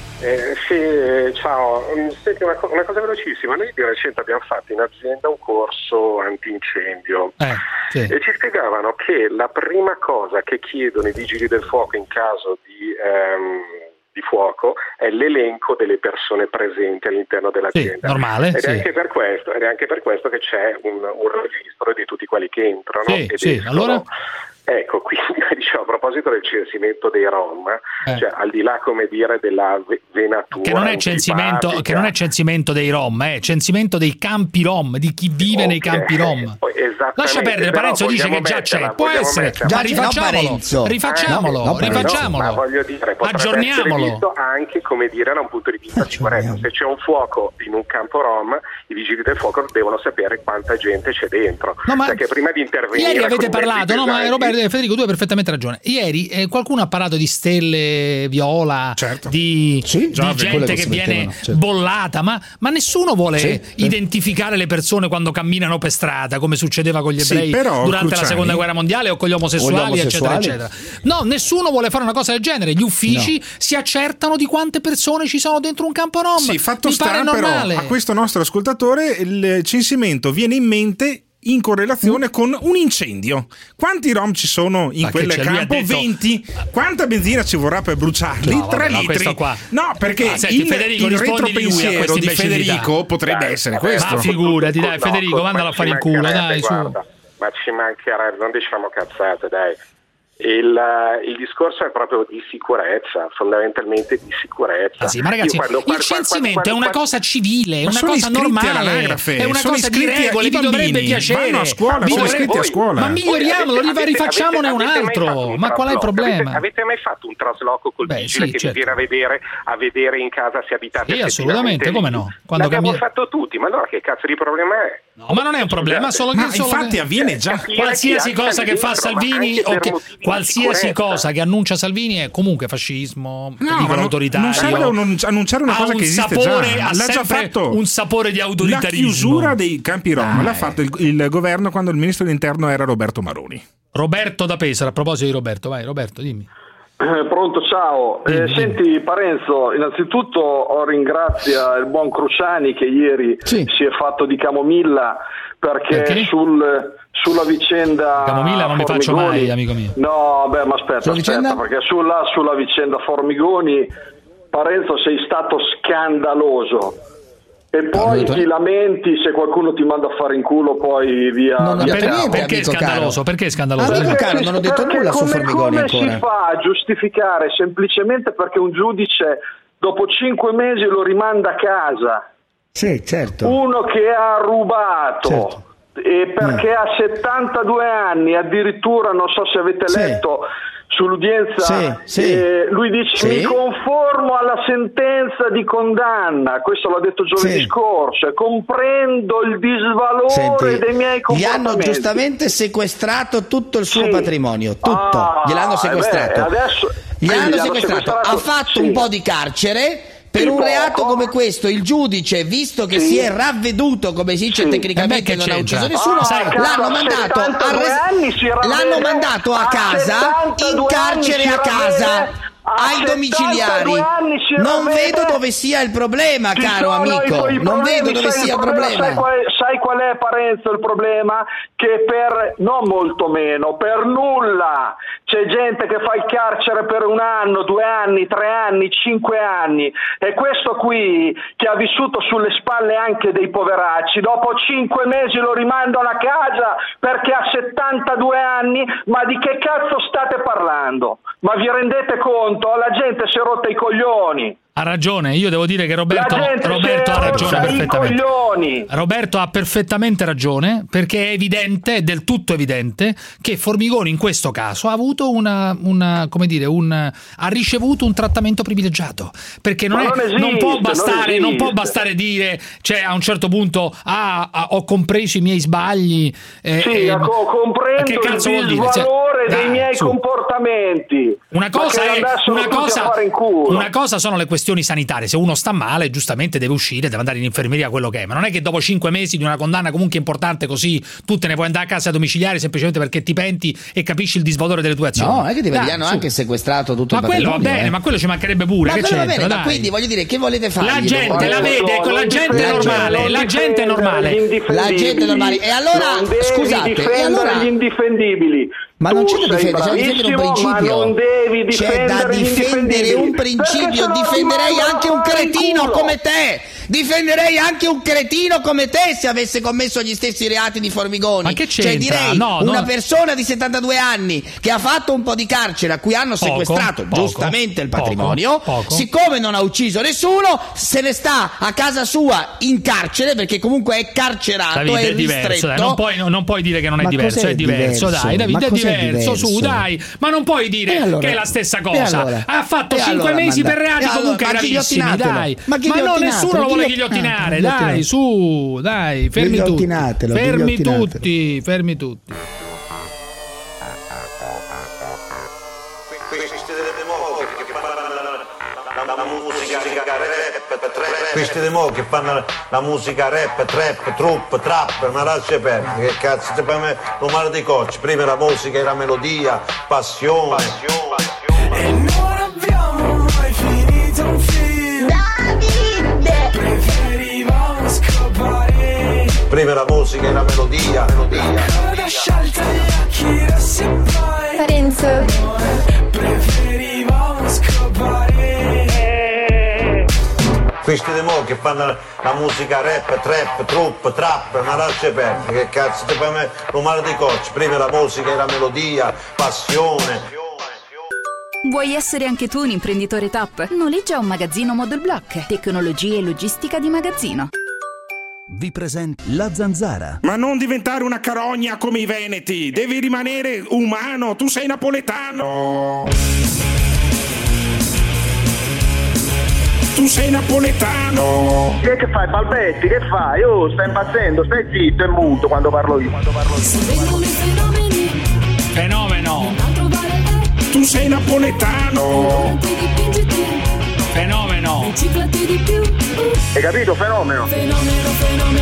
Ciao. Senti, una cosa velocissima. Noi di recente abbiamo fatto in azienda un corso antincendio e ci spiegavano che la prima cosa che chiedono i vigili del fuoco in caso di fuoco è l'elenco delle persone presenti all'interno dell'azienda. Normale. Ed è anche per questo che c'è un registro di tutti quelli che entrano. Allora? Ecco, quindi dicevo, a proposito del censimento dei Rom, cioè al di là, come dire, della venatura che non è censimento dei Rom, è censimento dei campi Rom, di chi vive nei campi Rom. Lascia perdere, Parenzo dice che già c'è, può essere, ma rifacciamolo, ma voglio dire, aggiorniamolo. Visto anche, come dire, da un punto di vista sicurezza. Se c'è un fuoco in un campo Rom, i vigili del fuoco devono sapere quanta gente c'è dentro, perché prima di intervenire ieri avete parlato, no, ma Roberto, Federico, tu hai perfettamente ragione. Ieri qualcuno ha parlato di stelle viola, di gente che viene bollata, ma nessuno vuole identificare le persone quando camminano per strada, come succedeva con gli ebrei durante la seconda guerra mondiale o con gli omosessuali, eccetera, eccetera. No, nessuno vuole fare una cosa del genere. Gli uffici si accertano di quante persone ci sono dentro un campo Rom. Sì, fatto sta però a questo nostro ascoltatore il censimento viene in mente in correlazione con un incendio. Quanti Rom ci sono in quel campo? 20. Quanta benzina ci vorrà per bruciarli? 3 litri. No, perché Federico, il retropensiero di Federico potrebbe essere questo. Ma figurati, dai, Federico, mandalo a fare il culo, dai, su. Ma ci mancherebbe, non diciamo cazzate, dai. Il discorso è proprio di sicurezza, fondamentalmente di sicurezza. Sì, ma ragazzi, il censimento è una cosa civile, è una cosa normale, è una cosa di regole, vi dovrebbe piacere. Vanno a scuola, sono iscritti a scuola. Ma miglioriamolo, rifacciamone un altro. Ma qual è il problema? Avete mai fatto un trasloco col vigile che vi viene a vedere in casa se abitate? Sì, assolutamente, come no? L'abbiamo fatto tutti, ma allora che cazzo di problema è? No, ma non è un problema, solo che infatti avviene già. Qualsiasi cosa che fa Salvini o che qualsiasi cosa che annuncia Salvini è comunque fascismo, autoritario. Non serve annunciare una cosa che esiste già. L'ha già fatto un sapore di autoritarismo. La chiusura dei campi Rom l'ha fatto il governo quando il ministro dell'interno era Roberto Maroni. Roberto da Pesaro, a proposito di Roberto, vai Roberto, dimmi. Pronto, ciao. Senti Parenzo, innanzitutto ringrazia il buon Cruciani che ieri si è fatto di camomilla perché sulla vicenda camomilla non mi faccio mai, amico mio. No, ma aspetta, perché sulla vicenda Formigoni, Parenzo, sei stato scandaloso. E poi ti lamenti se qualcuno ti manda a fare in culo, poi via. Perché è scandaloso? Perché è scandaloso? Amico caro, non ho detto nulla su Formigoni ancora. Come si fa a giustificare semplicemente perché un giudice dopo 5 mesi lo rimanda a casa? Sì, certo. Uno che ha rubato e perché ha 72 anni, addirittura non so se avete letto sull'udienza, lui dice mi conformo alla sentenza di condanna, questo l'ha detto giovedì scorso, e comprendo il disvalore dei miei comportamenti. Gli hanno giustamente sequestrato tutto il suo patrimonio, tutto, gliel'hanno sequestrato. Ha fatto un po' di carcere. Per un reato come questo, il giudice, visto che si è ravveduto, come si dice tecnicamente, non ha ucciso nessuno, l'hanno mandato a casa, in carcere a casa, ai domiciliari. Non vedo dove sia il problema, caro amico. Non vedo dove sia il problema. Sai qual è, Parenzo, il problema? Che non molto meno, per nulla c'è gente che fa il carcere per 1 anno, 2 anni, 3 anni, 5 anni, e questo qui che ha vissuto sulle spalle anche dei poveracci, dopo 5 mesi lo rimandano a casa perché ha 72 anni. Ma di che cazzo state parlando? Ma vi rendete conto? La gente si è rotta i coglioni. Ha ragione, io devo dire che Roberto ha ragione perfettamente. Roberto ha perfettamente ragione, perché è evidente, è del tutto evidente che Formigoni in questo caso ha avuto ha ricevuto un trattamento privilegiato, perché non può bastare dire, cioè a un certo punto ho compreso i miei sbagli, comprendo che cazzo il disvalore dei miei comportamenti. Una cosa sono le questioni sanitarie. Se uno sta male, giustamente deve uscire, deve andare in infermeria, quello che è, ma non è che dopo 5 mesi di una condanna comunque importante così tu te ne puoi andare a casa domiciliare semplicemente perché ti penti e capisci il disvalore delle tue azioni. No, è che ti hanno anche sequestrato tutto il patrimonio. Ma quello va bene, ma quello ci mancherebbe pure. Ma va bene, ma quindi voglio dire, che volete fare? La gente la vede, la gente è normale. E allora, scusate, e allora gli indifendibili. Ma non c'è da difendere, c'è da difendere un principio. C'è da difendere un principio. Difenderei anche un cretino come te Difenderei anche un cretino come te se avesse commesso gli stessi reati di Formigoni. Ma che c'entra? Cioè direi una persona di 72 anni che ha fatto un po' di carcere, a cui hanno sequestrato giustamente il patrimonio, siccome non ha ucciso nessuno, se ne sta a casa sua in carcere, perché comunque è carcerato, Davide, è ristretto. Dai, non puoi dire che non è diverso, è diverso, dai, Davide, è diverso, su, dai, ma non puoi dire che è la stessa cosa. Ha fatto 5 mesi per reati comunque gravissimi, dai. Ma no, nessuno lo vuole ghigliottinare, dai, su, dai, fermi tutti. Questi demo che fanno la musica rap, trap, trup, trap, ma lascia perdere, che cazzo, per me non male dei cocci, prima la musica e la melodia, passione. E non abbiamo mai finito un film. Davide, preferivamo scopare. Prima la musica e la melodia. Coda sciolta e occhi rossi e poi Parenzo. Preferivamo scopare. Questi demo che fanno la musica rap, trap, trup, trap, ma lascia perdere, che cazzo, per me non male dei cocci, prima la musica e la melodia, passione. Vuoi essere anche tu un imprenditore top? Noleggia un magazzino Model Block. Tecnologia e logistica di magazzino. Vi presento La Zanzara. Ma non diventare una carogna come i veneti, devi rimanere umano, tu sei napoletano. Tu sei napoletano. Che fai, balbetti? Che fai? Oh, stai impazzendo, stai zitto e muto quando parlo io. Fenomeno. Tu sei napoletano. Fenomeno. Hai capito? Fenomeno. Fenomeno.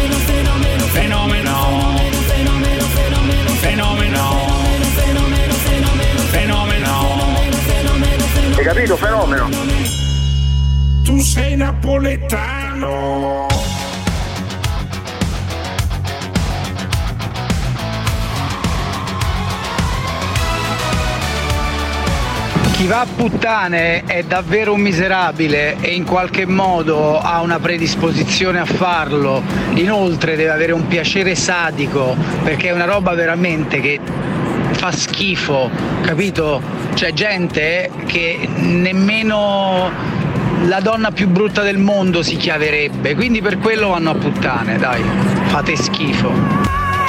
Hai capito? Fenomeno. Tu sei napoletano. Chi va a puttane è davvero un miserabile e in qualche modo ha una predisposizione a farlo. Inoltre deve avere un piacere sadico, perché è una roba veramente che fa schifo, capito? C'è gente che nemmeno la donna più brutta del mondo si chiaverebbe, quindi per quello vanno a puttane, dai, fate schifo.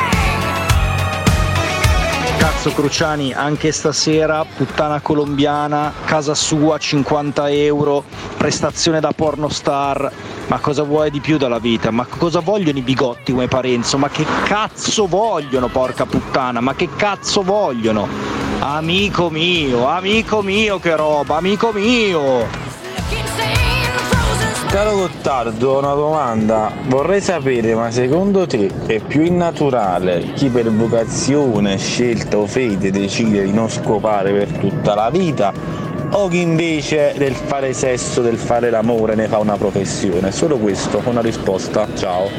Cazzo Cruciani, anche stasera puttana colombiana, casa sua, 50 euro, prestazione da pornostar. Ma cosa vuoi di più dalla vita? Ma cosa vogliono i bigotti come Parenzo? Ma che cazzo vogliono, porca puttana? Ma che cazzo vogliono? Amico mio che roba, amico mio! Caro Gottardo, una domanda. Vorrei sapere, ma secondo te è più innaturale chi per vocazione, scelta o fede decide di non scopare per tutta la vita, o chi invece del fare sesso, del fare l'amore ne fa una professione? Solo questo, una risposta. Ciao.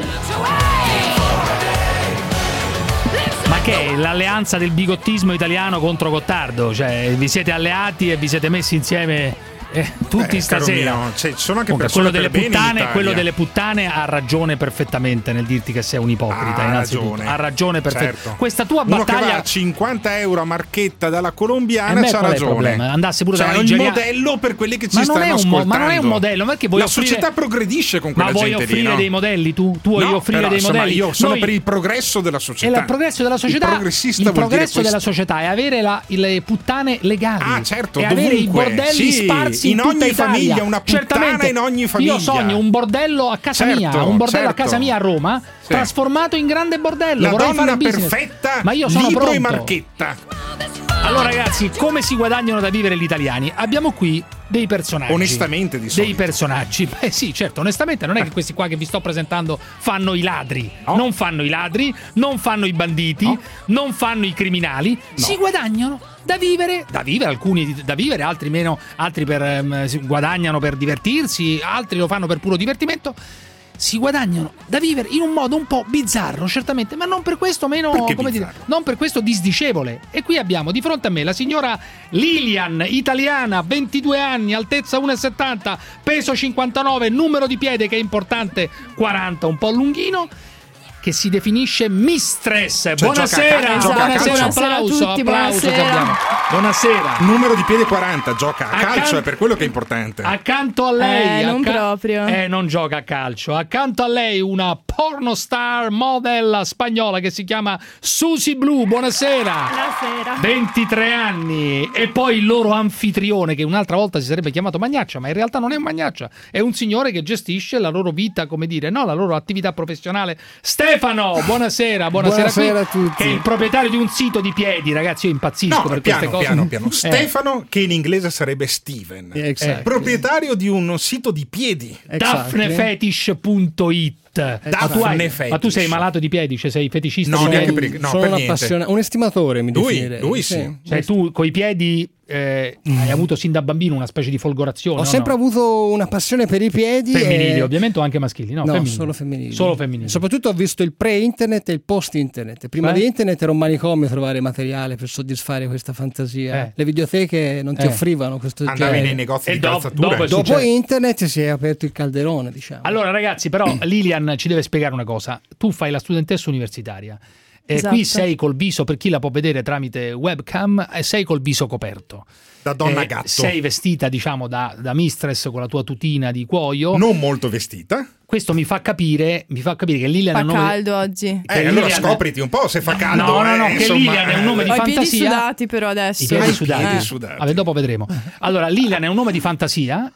Ma che è l'alleanza del bigottismo italiano contro Gottardo? Cioè, vi siete alleati e vi siete messi insieme tutti stasera. Mio, cioè, ci sono anche comunque, quello delle puttane ha ragione perfettamente nel dirti che sei un ipocrita. Ha ragione perfettamente. Certo. Questa tua Uno battaglia che va a 50 euro a marchetta dalla colombiana c'ha ragione. Andasse pure cioè, da un modello per quelli che ci stanno ascoltando. Ma non è un modello, perché vuoi la società progredisce con quella gente lì. Ma vuoi offrire dei modelli tu? Tu vuoi offrire dei modelli? Io sono per il progresso della società. E il progresso della società. Il progresso della società è avere le puttane legali. Ah, certo, e avere i bordelli sparsi in tutta ogni Italia. famiglia, una puttana certamente, in ogni famiglia. Io sogno un bordello a casa mia, a casa mia a Roma, trasformato in grande bordello. La vorrei donna fare perfetta, ma io sono libro pronto. e marchetta. Allora ragazzi, come si guadagnano da vivere gli italiani? Abbiamo qui dei personaggi. Onestamente di solito. Dei personaggi. Beh sì, certo, onestamente non è che questi qua che vi sto presentando fanno i ladri. No. Non fanno i ladri, non fanno i banditi, non fanno i criminali. No. Si guadagnano da vivere, alcuni da vivere, altri meno, altri guadagnano per divertirsi, altri lo fanno per puro divertimento. si guadagnano da vivere in un modo un po' bizzarro, certamente, ma non per questo meno, non per questo disdicevole. E qui abbiamo di fronte a me la signora Lilian, italiana, 22 anni, altezza 1,70, peso 59, numero di piede che è importante 40, un po' lunghino, che si definisce mistress. Buonasera, buonasera, applauso a tutti, buonasera. Buonasera. Numero di piede 40, gioca a calcio, è per quello che è importante. Accanto a lei, non proprio. Non gioca a calcio. Accanto a lei una pornostar model spagnola che si chiama Susi Blue. Buonasera. Buonasera. 23 anni. E poi il loro anfitrione, che un'altra volta si sarebbe chiamato Magnaccia, ma in realtà non è un Magnaccia, è un signore che gestisce la loro vita, come dire, no, la loro attività professionale. Stefano, buonasera a tutti. Che è il proprietario di un sito di piedi, ragazzi, io impazzisco per queste cose. Piano. Stefano, che in inglese sarebbe Steven, proprietario di un sito di piedi, Daphnefetish.it. Ma tu sei malato di piedi, cioè sei feticista? Sono un appassionato, un estimatore, mi definirei. Lui sì. Cioè tu coi piedi hai avuto sin da bambino una specie di folgorazione? Ho sempre avuto una passione per i piedi. Femminili, ovviamente, o anche maschili? No, solo femminili. Solo femminili. Soprattutto ho visto il pre-internet e il post-internet. Prima di internet era un manicomio trovare materiale per soddisfare questa fantasia. Le videoteche non ti offrivano questo genere. Andavi nei negozi di calzatura. Dopo internet si è aperto il calderone, diciamo. Allora ragazzi, però Lilian ci deve spiegare una cosa. Tu fai la studentessa universitaria. Esatto. Qui sei col viso, per chi la può vedere tramite webcam, sei col viso coperto. Da donna gatto. Sei vestita, diciamo, da mistress con la tua tutina di cuoio. Non molto vestita. Questo mi fa capire che Lilian è un nome... Fa caldo oggi. Allora scopriti un po' se fa caldo. No, che Lilian è un nome di fantasia. Ho i piedi sudati però adesso. I piedi sudati. Vabbè, dopo vedremo. Allora, Lilian è un nome di fantasia,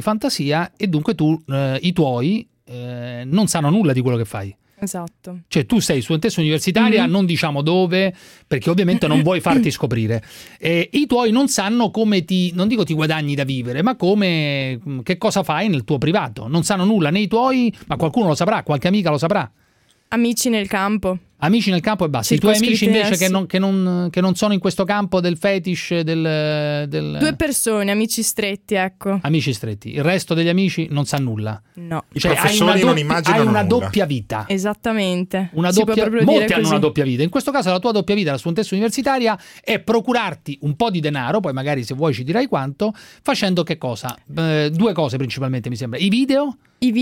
e dunque tu, i tuoi, non sanno nulla di quello che fai. Esatto. Cioè tu sei studentessa universitaria, non diciamo dove, perché ovviamente non vuoi farti scoprire. I tuoi non sanno come non dico ti guadagni da vivere, ma che cosa fai nel tuo privato. Non sanno nulla nei tuoi, ma qualcuno lo saprà, qualche amica lo saprà. Amici nel campo. Amici nel campo e basta. I tuoi amici invece che non sono in questo campo del fetish del... 2 persone, amici stretti, ecco. Amici stretti. Il resto degli amici non sa nulla. No. I professori non immaginano hai una nulla. doppia vita. Esattamente. Molti hanno una doppia vita. In questo caso la tua doppia vita, la studentessa universitaria, è procurarti un po' di denaro, poi magari se vuoi ci dirai quanto, facendo che cosa? 2 cose principalmente mi sembra. I video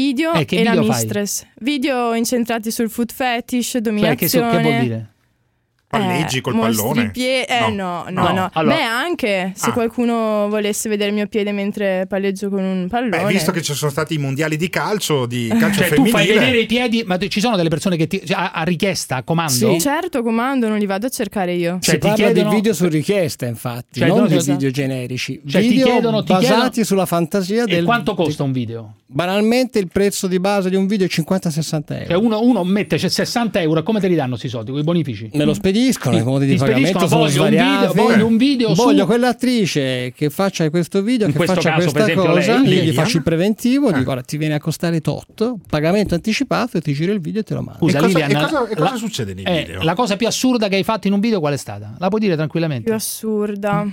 e la mistress. Video incentrati sul food fetish, dominazione. Che vuol dire? Palleggi col pallone? No. Allora... Beh, anche se qualcuno volesse vedere il mio piede mentre palleggio con un pallone. Visto che ci sono stati i mondiali di calcio femminile. Tu fai vedere i piedi, ma ci sono delle persone che a richiesta, a comando? Sì, certo, comando, non li vado a cercare io. Si parla di video su richiesta, infatti, non di video generici. Video basati sulla fantasia del... E quanto costa un video? Banalmente il prezzo di base di un video è 50-60 euro. Cioè uno mette 60 euro, come te li danno questi soldi? Con i bonifici? Me lo spediscono, i modi di pagamento sono svariati. Voglio un video voglio quell'attrice che faccia questo video, che faccia questa cosa, gli faccio il preventivo, dico guarda, ti viene a costare tot, pagamento anticipato e ti giro il video e te lo mando. Scusa, cosa succede nei video? La cosa più assurda che hai fatto in un video qual è stata? La puoi dire tranquillamente? Più assurda?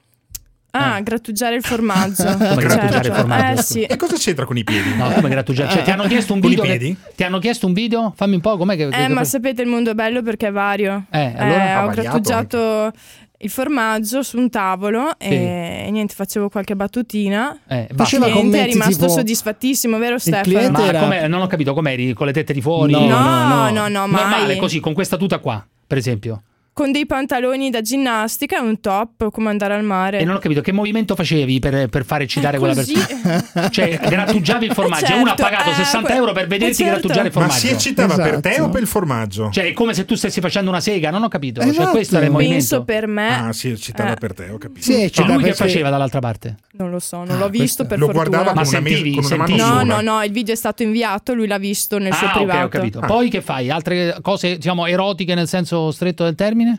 Grattugiare il formaggio. Come grattugiare il formaggio? Sì. E cosa c'entra con i piedi? No, come grattugiare? Cioè, ti hanno chiesto un video? Ti hanno chiesto un video? Fammi un po' com'è che ma sapete, il mondo è bello perché è vario. Allora ho grattugiato il formaggio su un tavolo e niente, facevo qualche battutina. Faceva il cliente è rimasto tipo... soddisfattissimo, vero Stefano? Ma non ho capito, com'eri? Con le tette di fuori? No, mai. Normale, così, con questa tuta qua, per esempio. Con dei pantaloni da ginnastica e un top, come andare al mare. E non ho capito che movimento facevi per far eccitare quella persona. Cioè grattugiavi il formaggio. Certo, uno ha pagato 60 euro per vederti grattugiare il formaggio. Ma si eccitava per te o per il formaggio? Cioè è come se tu stessi facendo una sega. Non ho capito. Cioè questo era il movimento. Penso per me. Si eccitava per te, ho capito. Lui che faceva dall'altra parte? Non lo so, non l'ho visto per lo fortuna. Guardava con una mano sola. No, il video è stato inviato, lui l'ha visto nel suo privato. Ho capito. Poi che fai? Altre cose, diciamo, erotiche nel senso stretto del termine?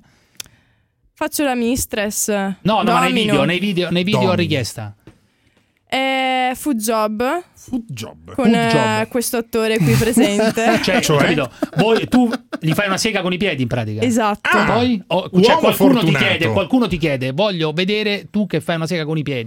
Faccio la mistress. No, ma nei video a richiesta. Food job. Con questo attore qui presente. Cioè? Capito? Tu gli fai una sega con i piedi in pratica. Esatto. Poi qualcuno ti chiede, voglio vedere tu che fai una sega con i piedi.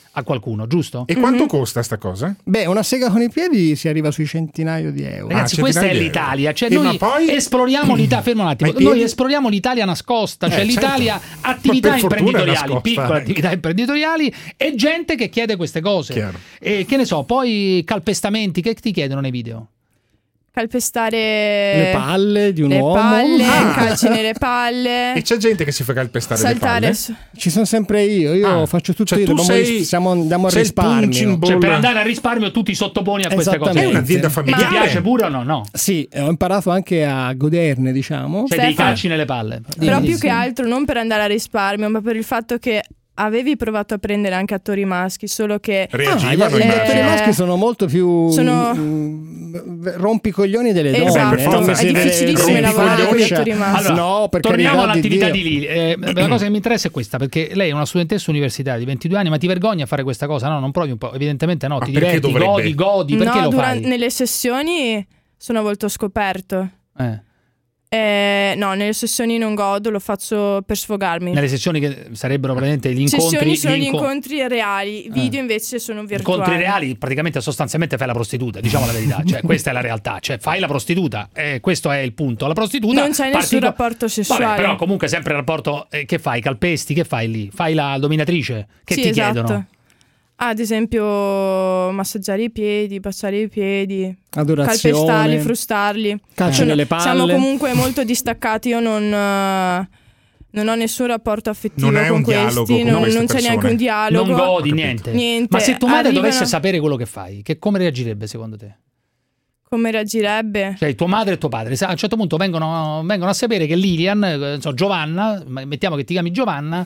a qualcuno, giusto? E quanto costa sta cosa? Beh, una sega con i piedi si arriva sui centinaio di euro. Ragazzi, questa è l'Italia, cioè noi esploriamo l'Italia, fermo un attimo, noi esploriamo l'Italia nascosta, cioè l'Italia, attività imprenditoriali, piccole attività imprenditoriali e gente che chiede queste cose. E che ne so, poi calpestamenti, che ti chiedono nei video? Calpestare le palle di un uomo, calci nelle palle. E c'è gente che si fa calpestare saltare le palle? Ci sono sempre io faccio tutto io. Andiamo al risparmio. Cioè, per andare al risparmio tu ti sottoponi a queste cose. È un'azienda familiare. Ti piace pure o no? No. Sì, ho imparato anche a goderne, diciamo. Cioè dei calci nelle palle. Però più che altro non per andare al risparmio, ma per il fatto che avevi provato a prendere anche attori maschi, solo che reagivano. Gli attori maschi sono molto più rompicoglioni delle donne. È difficilissimo lavorare con gli attori maschi. Allora, no, perché torniamo all'attività di Lili. La cosa che mi interessa è questa, perché lei è una studentessa universitaria di 22 anni, ma ti vergogni a fare questa cosa? No, non provi un po'? Evidentemente no, ti diverti, godi, perché lo fai? Nelle sessioni sono volto scoperto. No, nelle sessioni non godo, lo faccio per sfogarmi. Nelle sessioni che sarebbero praticamente gli incontri. Sessioni sono gli incontri reali, video invece sono virtuali. Incontri reali, praticamente sostanzialmente fai la prostituta, diciamo la verità, cioè questa è la realtà, cioè fai la prostituta, questo è il punto. La prostituta non c'è nessun rapporto sessuale. Vabbè, però comunque sempre il rapporto, che fai? Calpesti, che fai lì? Fai la dominatrice? Che ti chiedono? Ad esempio massaggiare i piedi, baciare i piedi, adorazione, calpestarli, frustarli. Calcio nelle palle. Siamo comunque molto distaccati. Io non ho nessun rapporto affettivo con questi, non c'è neanche un dialogo. Non godi niente. Ma se tua madre dovesse sapere quello che fai, come reagirebbe secondo te? Come reagirebbe? Cioè tua madre e tuo padre a un certo punto vengono a sapere che Lilian, Giovanna, mettiamo che ti chiami Giovanna,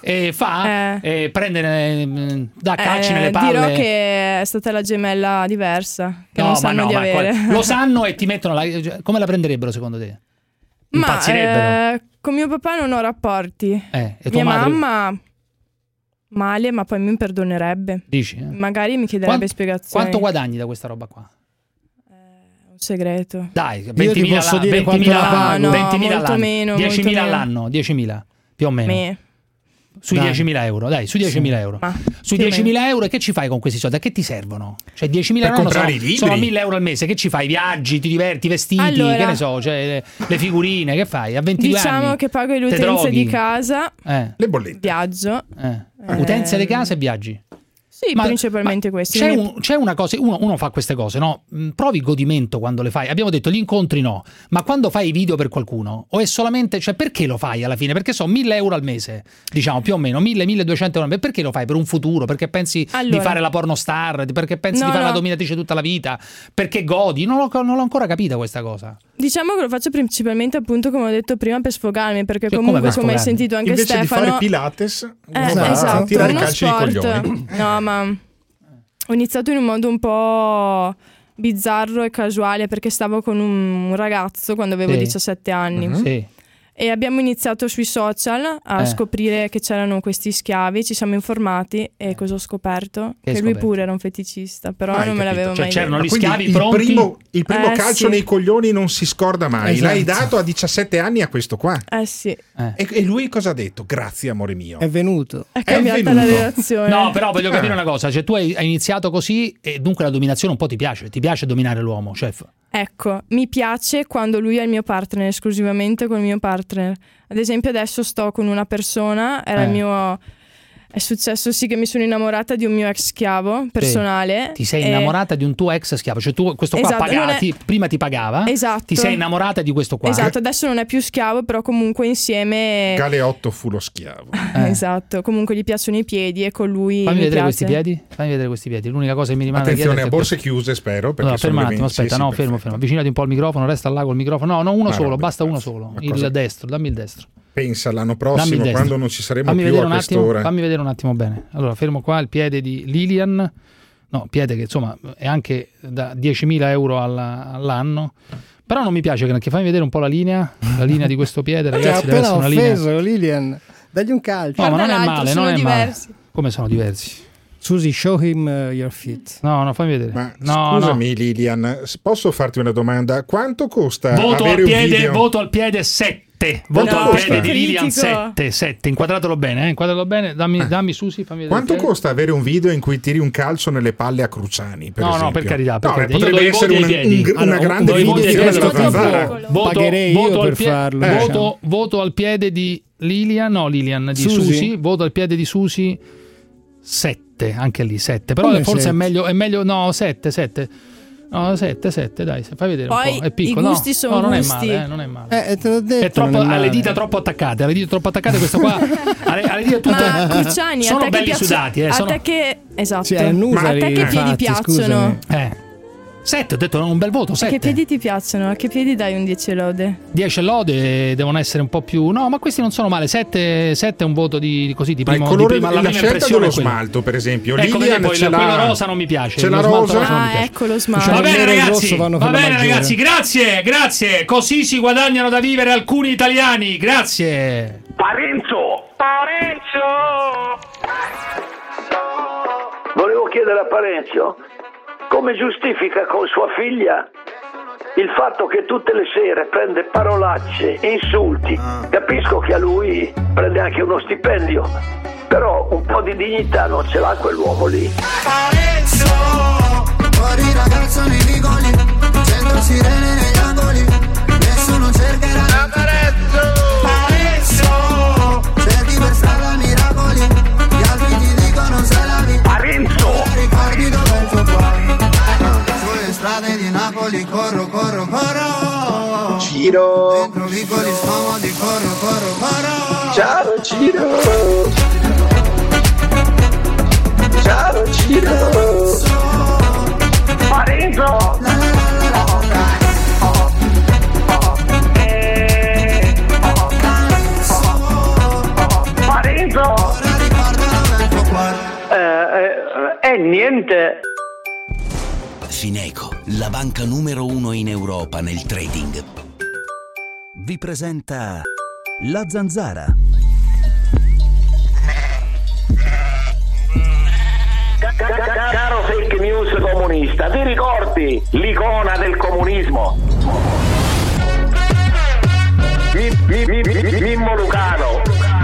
prende da calci nelle palle. Dirò che è stata la gemella diversa, che non sanno di avere. Lo sanno e ti mettono come la prenderebbero secondo te? Impazzirebbero? Con mio papà non ho rapporti. E mia mamma male, ma poi mi perdonerebbe. Dici? Magari mi chiederebbe spiegazioni. Quanto guadagni da questa roba qua? Segreto. Dai, 20.000 posso dire quanto la pago. 20.000 molto meno, 10.000 all'anno, 10.000 più o meno. Su 10.000 euro, dai, su 10.000 euro. Su 10.000 euro, e che ci fai con questi soldi? A che ti servono? Cioè 10.000 euro sono 1.000 euro al mese. Che ci fai? Viaggi, ti diverti, vestiti, allora, che ne so, cioè le figurine, che fai? A 22 anni. Diciamo che pago le utenze di casa, le bollette. Viaggio. Utenze di casa e viaggi. Sì, principalmente questi. C'è una cosa, uno fa queste cose, no? Provi godimento quando le fai. Abbiamo detto gli incontri no, ma quando fai i video per qualcuno, o è solamente, cioè perché lo fai alla fine? Perché sono 1.000 euro al mese, diciamo più o meno, 1.000-1.200 euro al mese. Perché lo fai? Per un futuro? Perché pensi di fare la pornostar? Perché pensi di fare la dominatrice tutta la vita? Perché godi? Non l'ho ancora capita questa cosa. Diciamo che lo faccio principalmente, appunto, come ho detto prima, per sfogarmi, perché comunque come hai sentito anche invece Stefano, di fare Pilates, esatto, tirare calci ai coglioni. No, ma ho iniziato in un modo un po' bizzarro e casuale, perché stavo con un ragazzo quando avevo 17 anni. Sì. E abbiamo iniziato sui social a scoprire che c'erano questi schiavi, ci siamo informati e cosa ho scoperto? Che lui pure era un feticista, però non me l'avevo mai c'erano detto. gli schiavi pronti. Il primo calcio nei coglioni non si scorda mai. Esatto. L'hai dato a 17 anni a questo qua. Sì. E lui cosa ha detto? Grazie amore mio. È venuto. È cambiata la relazione. No, però voglio capire una cosa, cioè tu hai iniziato così e dunque la dominazione un po' ti piace dominare l'uomo, chef? Ecco, mi piace quando lui è il mio partner, esclusivamente con il mio partner. Ad esempio adesso sto con una persona, è successo che mi sono innamorata di un mio ex schiavo personale. Ti sei innamorata di un tuo ex schiavo, cioè tu, questo qua prima ti pagava, ti sei innamorata di questo qua. Esatto, adesso non è più schiavo, però comunque insieme Galeotto fu lo schiavo. Esatto, comunque gli piacciono i piedi e con lui Fammi vedere piace. questi piedi, l'unica cosa che mi rimane attenzione a borse chiuse, spero, perché ferma un attimo, aspetta, fermo, avvicinati un po' al microfono, resta là col microfono, no, uno solo, basta uno solo, il destro, dammi il destro. Pensa l'anno prossimo, quando non ci saremo più a quest'ora. Fammi vedere un attimo bene. Allora, fermo qua il piede di Lilian. No, piede che insomma è anche da 10.000 euro all'anno. Però non mi piace che fammi vedere un po' la linea di questo piede, ragazzi. Ti ha appena offeso, Lilian. Dagli un calcio. No, ma non è male, non è male. Come sono diversi? Susi, show him your feet. No, fammi vedere. Ma scusami, Lilian, posso farti una domanda? Quanto costa voto avere un video? Voto al piede 7. Voto al piede di Lilian 7. Inquadratelo bene, dammi Susi, fammi vedere. Quanto costa avere un video in cui tiri un calcio nelle palle a Cruciani? No, per carità. Potrebbe essere una grande video della Zanzara. Pagherei io per farlo. Voto al piede di Lilian di Susi. Voto al piede di Susi 7, anche lì 7. Però come forse 7? è meglio. No, 7. No, 7, dai, fai vedere poi un po'. È piccolo. I gusti sono non gusti. Non è male. Te l'ho detto. È troppo, ha le dita troppo attaccate. Questo qua ha le dita tutte. Ma Cruciani, sono a te belli che sudati. A te che esatto. Sì, ma a te che piedi piacciono? 7, ho detto un bel voto. 7. Che piedi ti piacciono? A che piedi dai un 10 lode? 10 lode devono essere un po' più. No, ma questi non sono male. 7 è un voto di così di primo. Ma il colore, di prima, la scelta dello smalto, per esempio. Ecco, quello rosa non mi piace. C'è la rosa. Ecco lo smalto. Va bene, ragazzi. Grazie. Così si guadagnano da vivere alcuni italiani. Grazie. Parenzo. Volevo chiedere a Parenzo come giustifica con sua figlia il fatto che tutte le sere prende parolacce e insulti. Capisco che a lui prende anche uno stipendio, però un po' di dignità non ce l'ha quell'uomo lì. Parenzo, fuori ragazzo nei vicoli, 100 sirene negli angoli, nessuno cercherà Parenzo, cerchi per strada miracoli, gli altri ti dicono se la vi. Parenzo, ricordi dove il tuo cuore. Sulle strade di Napoli corro. Ciro. Dentro vicoli scomodi corro. Ciao Ciro. Parenzo. Parenzo. Niente. Fineco, la banca numero 1 in Europa nel trading, vi presenta La Zanzara. Caro fake news comunista, ti ricordi l'icona del comunismo? Mimmo Lucano.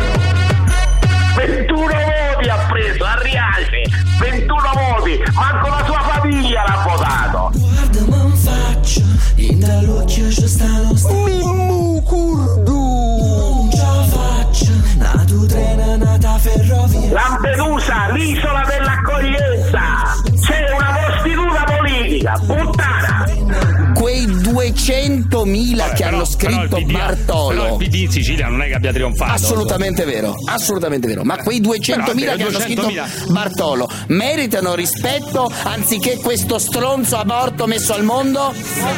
21 voti ha preso a Rialti, 21 voti, manco la sua famiglia l'ha votato. Guarda in faccia, in dall'occhio ci stanno Mimmo Curdu. Non ce la faccia, na tu trena nata ferrovia. Lampedusa, l'isola dell'accoglienza, c'è una prostituta politica, puttana. Quei 200.000 che hanno scritto Bartolo. Però il PD in Sicilia non è che abbia trionfato. Assolutamente vero. Ma quei 200.000 che hanno scritto Bartolo meritano rispetto anziché questo stronzo aborto messo al mondo?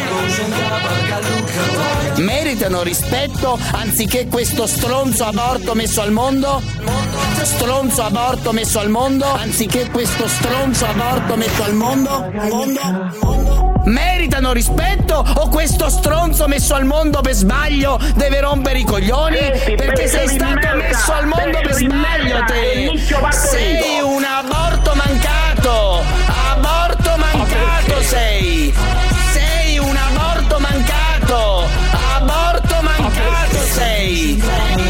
Meritano rispetto anziché questo stronzo aborto messo al mondo? Stronzo aborto messo al mondo anziché questo stronzo aborto messo al mondo? Meritano rispetto o questo stronzo messo al mondo per sbaglio deve rompere i coglioni? Perché sei stato messo al mondo per sbaglio te! Sei un aborto mancato! Aborto mancato sei! Sei un aborto mancato! Aborto mancato sei!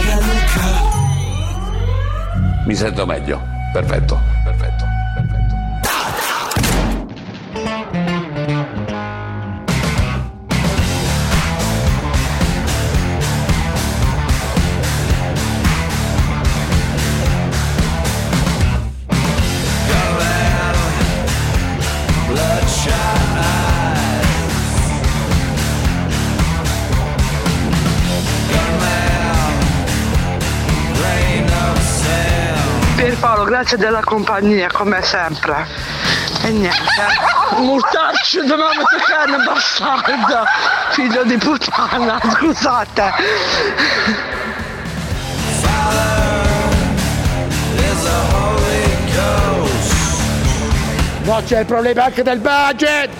Mi sento meglio. Perfetto. Pierpaolo, grazie della compagnia come sempre. E niente. Mortaccio di mamma carne bastardo. Figlio di puttana, scusate. No, c'è il problema anche del budget!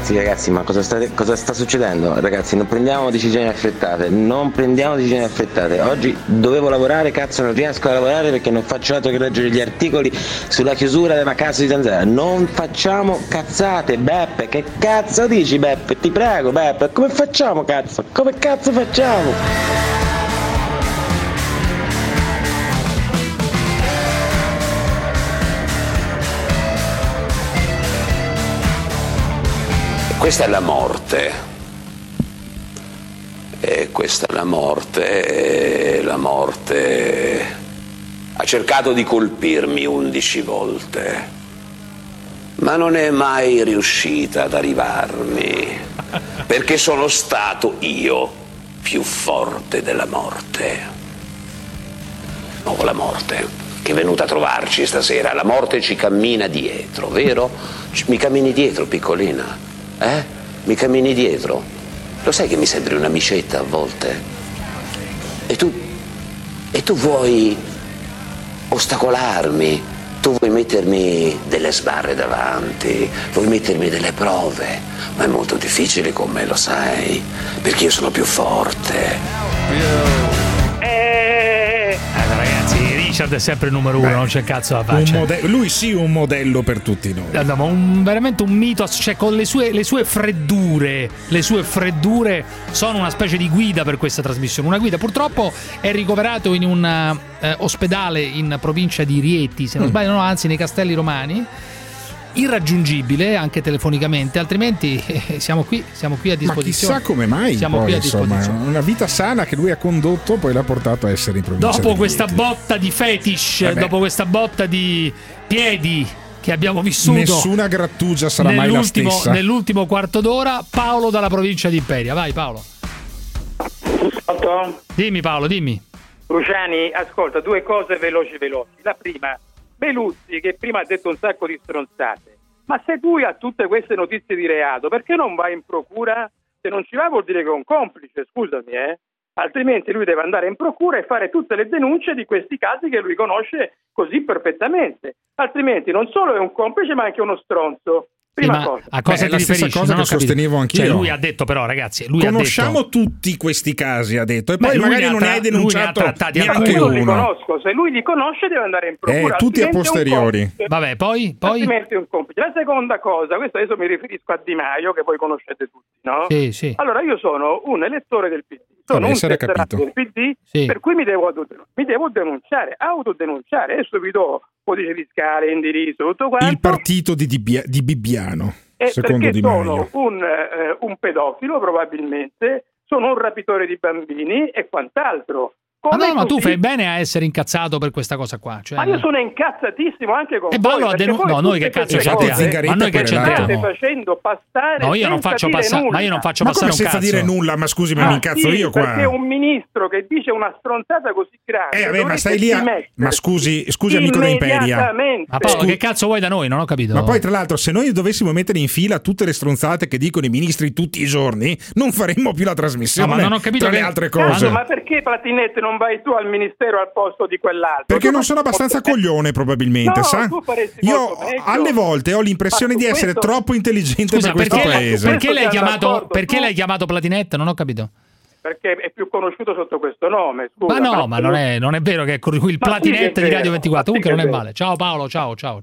ragazzi, ma cosa sta succedendo? Ragazzi, non prendiamo decisioni affrettate. Oggi dovevo lavorare, cazzo, non riesco a lavorare perché non faccio altro che leggere gli articoli sulla chiusura della casa di Zanzara. Non facciamo cazzate, Beppe. Che cazzo dici, Beppe? Ti prego, Beppe. Come facciamo, cazzo? Come cazzo facciamo? Questa è la morte. E questa è la morte. La morte ha cercato di colpirmi 11 volte, ma non è mai riuscita ad arrivarmi, perché sono stato io più forte della morte. Oh, la morte che è venuta a trovarci stasera. La morte ci cammina dietro, vero? Mi cammini dietro, piccolina? Mi cammini dietro? Lo sai che mi sembri un'amicetta a volte? E tu vuoi ostacolarmi, tu vuoi mettermi delle sbarre davanti, vuoi mettermi delle prove, ma è molto difficile con me, lo sai, perché io sono più forte. Ragazzi, Richard è sempre il numero uno, non c'è cazzo da fare. Lui sì, un modello per tutti noi. Ma veramente un mito, cioè con le sue freddure sono una specie di guida per questa trasmissione. Una guida, purtroppo è ricoverato in un ospedale in provincia di Rieti, se non sbaglio, no, anzi nei Castelli Romani. Irraggiungibile anche telefonicamente, altrimenti siamo qui a disposizione. Ma chissà come mai. Siamo qui a disposizione. Una vita sana che lui ha condotto poi l'ha portato a essere in provincia. Dopo questa botta di fetish, dopo questa botta di piedi che abbiamo vissuto, nessuna grattugia sarà mai la stessa. Nell'ultimo quarto d'ora, Paolo dalla provincia di Imperia. Vai Paolo. Dimmi Paolo, dimmi. Cruciani, ascolta, due cose veloci. La prima, Beluzzi, che prima ha detto un sacco di stronzate, ma se tu hai tutte queste notizie di reato, perché non vai in procura? Se non ci va vuol dire che è un complice, scusami, altrimenti lui deve andare in procura e fare tutte le denunce di questi casi che lui conosce così perfettamente, altrimenti non solo è un complice ma anche uno stronzo. Prima cosa. A cosa ti riferisci? È la stessa cosa che sostenevo anch'io. Cioè lui ha detto, però ragazzi, conosciamo tutti questi casi, ha detto, e poi magari non ne hai denunciato neanche uno. Li conosco, se lui li conosce deve andare in procura. Tutti a posteriori. Vabbè, poi altrimenti è un complice. La seconda cosa, questo adesso mi riferisco a Di Maio, che voi conoscete tutti, no? Sì. Allora io sono un elettore del PD, sono un tesserato del PD, per cui mi devo denunciare, autodenunciare. Adesso vi do codice fiscale, indirizzo, tutto quanto. Il partito di Bibbiano, secondo Di Maio. Sono un pedofilo probabilmente, sono un rapitore di bambini e quant'altro. Ma tu fai bene a essere incazzato per questa cosa qua. Cioè, ma io sono incazzatissimo anche con voi. No, noi che cazzo ci abbiamo? Ma noi che c'entriamo? State facendo passare. No, io non faccio passare un cazzo. Senza dire nulla, ma scusi, ma mi incazzo io qua. Perché un ministro che dice una stronzata così grande. Ma stai lì ma scusi amico da Imperia. Ma Paolo, che cazzo vuoi da noi? Non ho capito. Ma poi tra l'altro, se noi dovessimo mettere in fila tutte le stronzate che dicono i ministri tutti i giorni, non faremmo più la trasmissione. Ma non ho capito tra le altre cose. Ma perché Platinetti non vai tu al ministero al posto di quell'altro? Perché non sono abbastanza coglione probabilmente, sa? Io alle volte ho l'impressione di essere troppo intelligente per questo paese. Perché l'hai chiamato Platinetti? Non ho capito. Perché è più conosciuto sotto questo nome, scusa. Ma no, ma non è vero che è il Platinetti di Radio 24. Comunque non è male. Ciao Paolo, ciao. Ciao.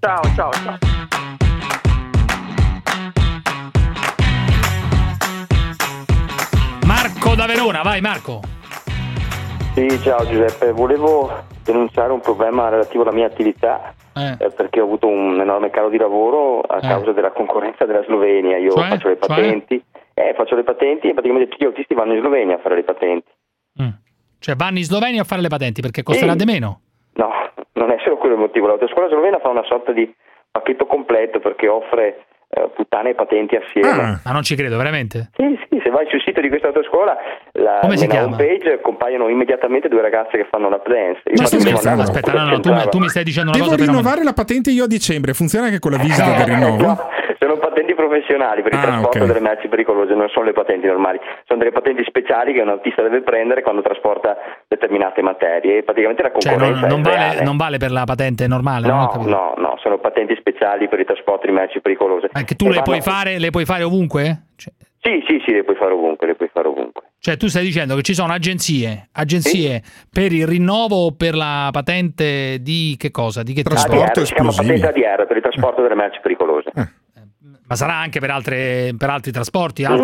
Marco da Verona, vai Marco. Sì, ciao Giuseppe, volevo denunciare un problema relativo alla mia attività perché ho avuto un enorme calo di lavoro a causa della concorrenza della Slovenia. Io faccio le patenti e praticamente tutti gli autisti vanno in Slovenia a fare le patenti. Cioè vanno in Slovenia a fare le patenti perché costerà di meno? No, non è solo quello il motivo. L'autoscuola slovena fa una sorta di pacchetto completo perché offre puttane e patenti assieme. Ma non ci credo, veramente? Sì, se vai sul sito di questa autoscuola nella homepage compaiono immediatamente due ragazze che fanno la dance. Aspetta, no, tu mi stai dicendo una cosa. Devo rinnovare la patente io a dicembre, funziona anche con la visita del rinnovo? Se non sono patenti professionali per il trasporto delle merci pericolose, non sono le patenti normali, sono delle patenti speciali che un autista deve prendere quando trasporta determinate materie, e praticamente la concorrenza non vale per la patente normale? No, sono patenti speciali per il trasporto di merci pericolose. Che tu le puoi fare ovunque? Sì, le puoi fare ovunque. Cioè tu stai dicendo che ci sono agenzie per il rinnovo o per la patente di che cosa? Di che trasporto? Si chiama patente ADR, per il trasporto delle merci pericolose. Ma sarà anche per altri trasporti? No,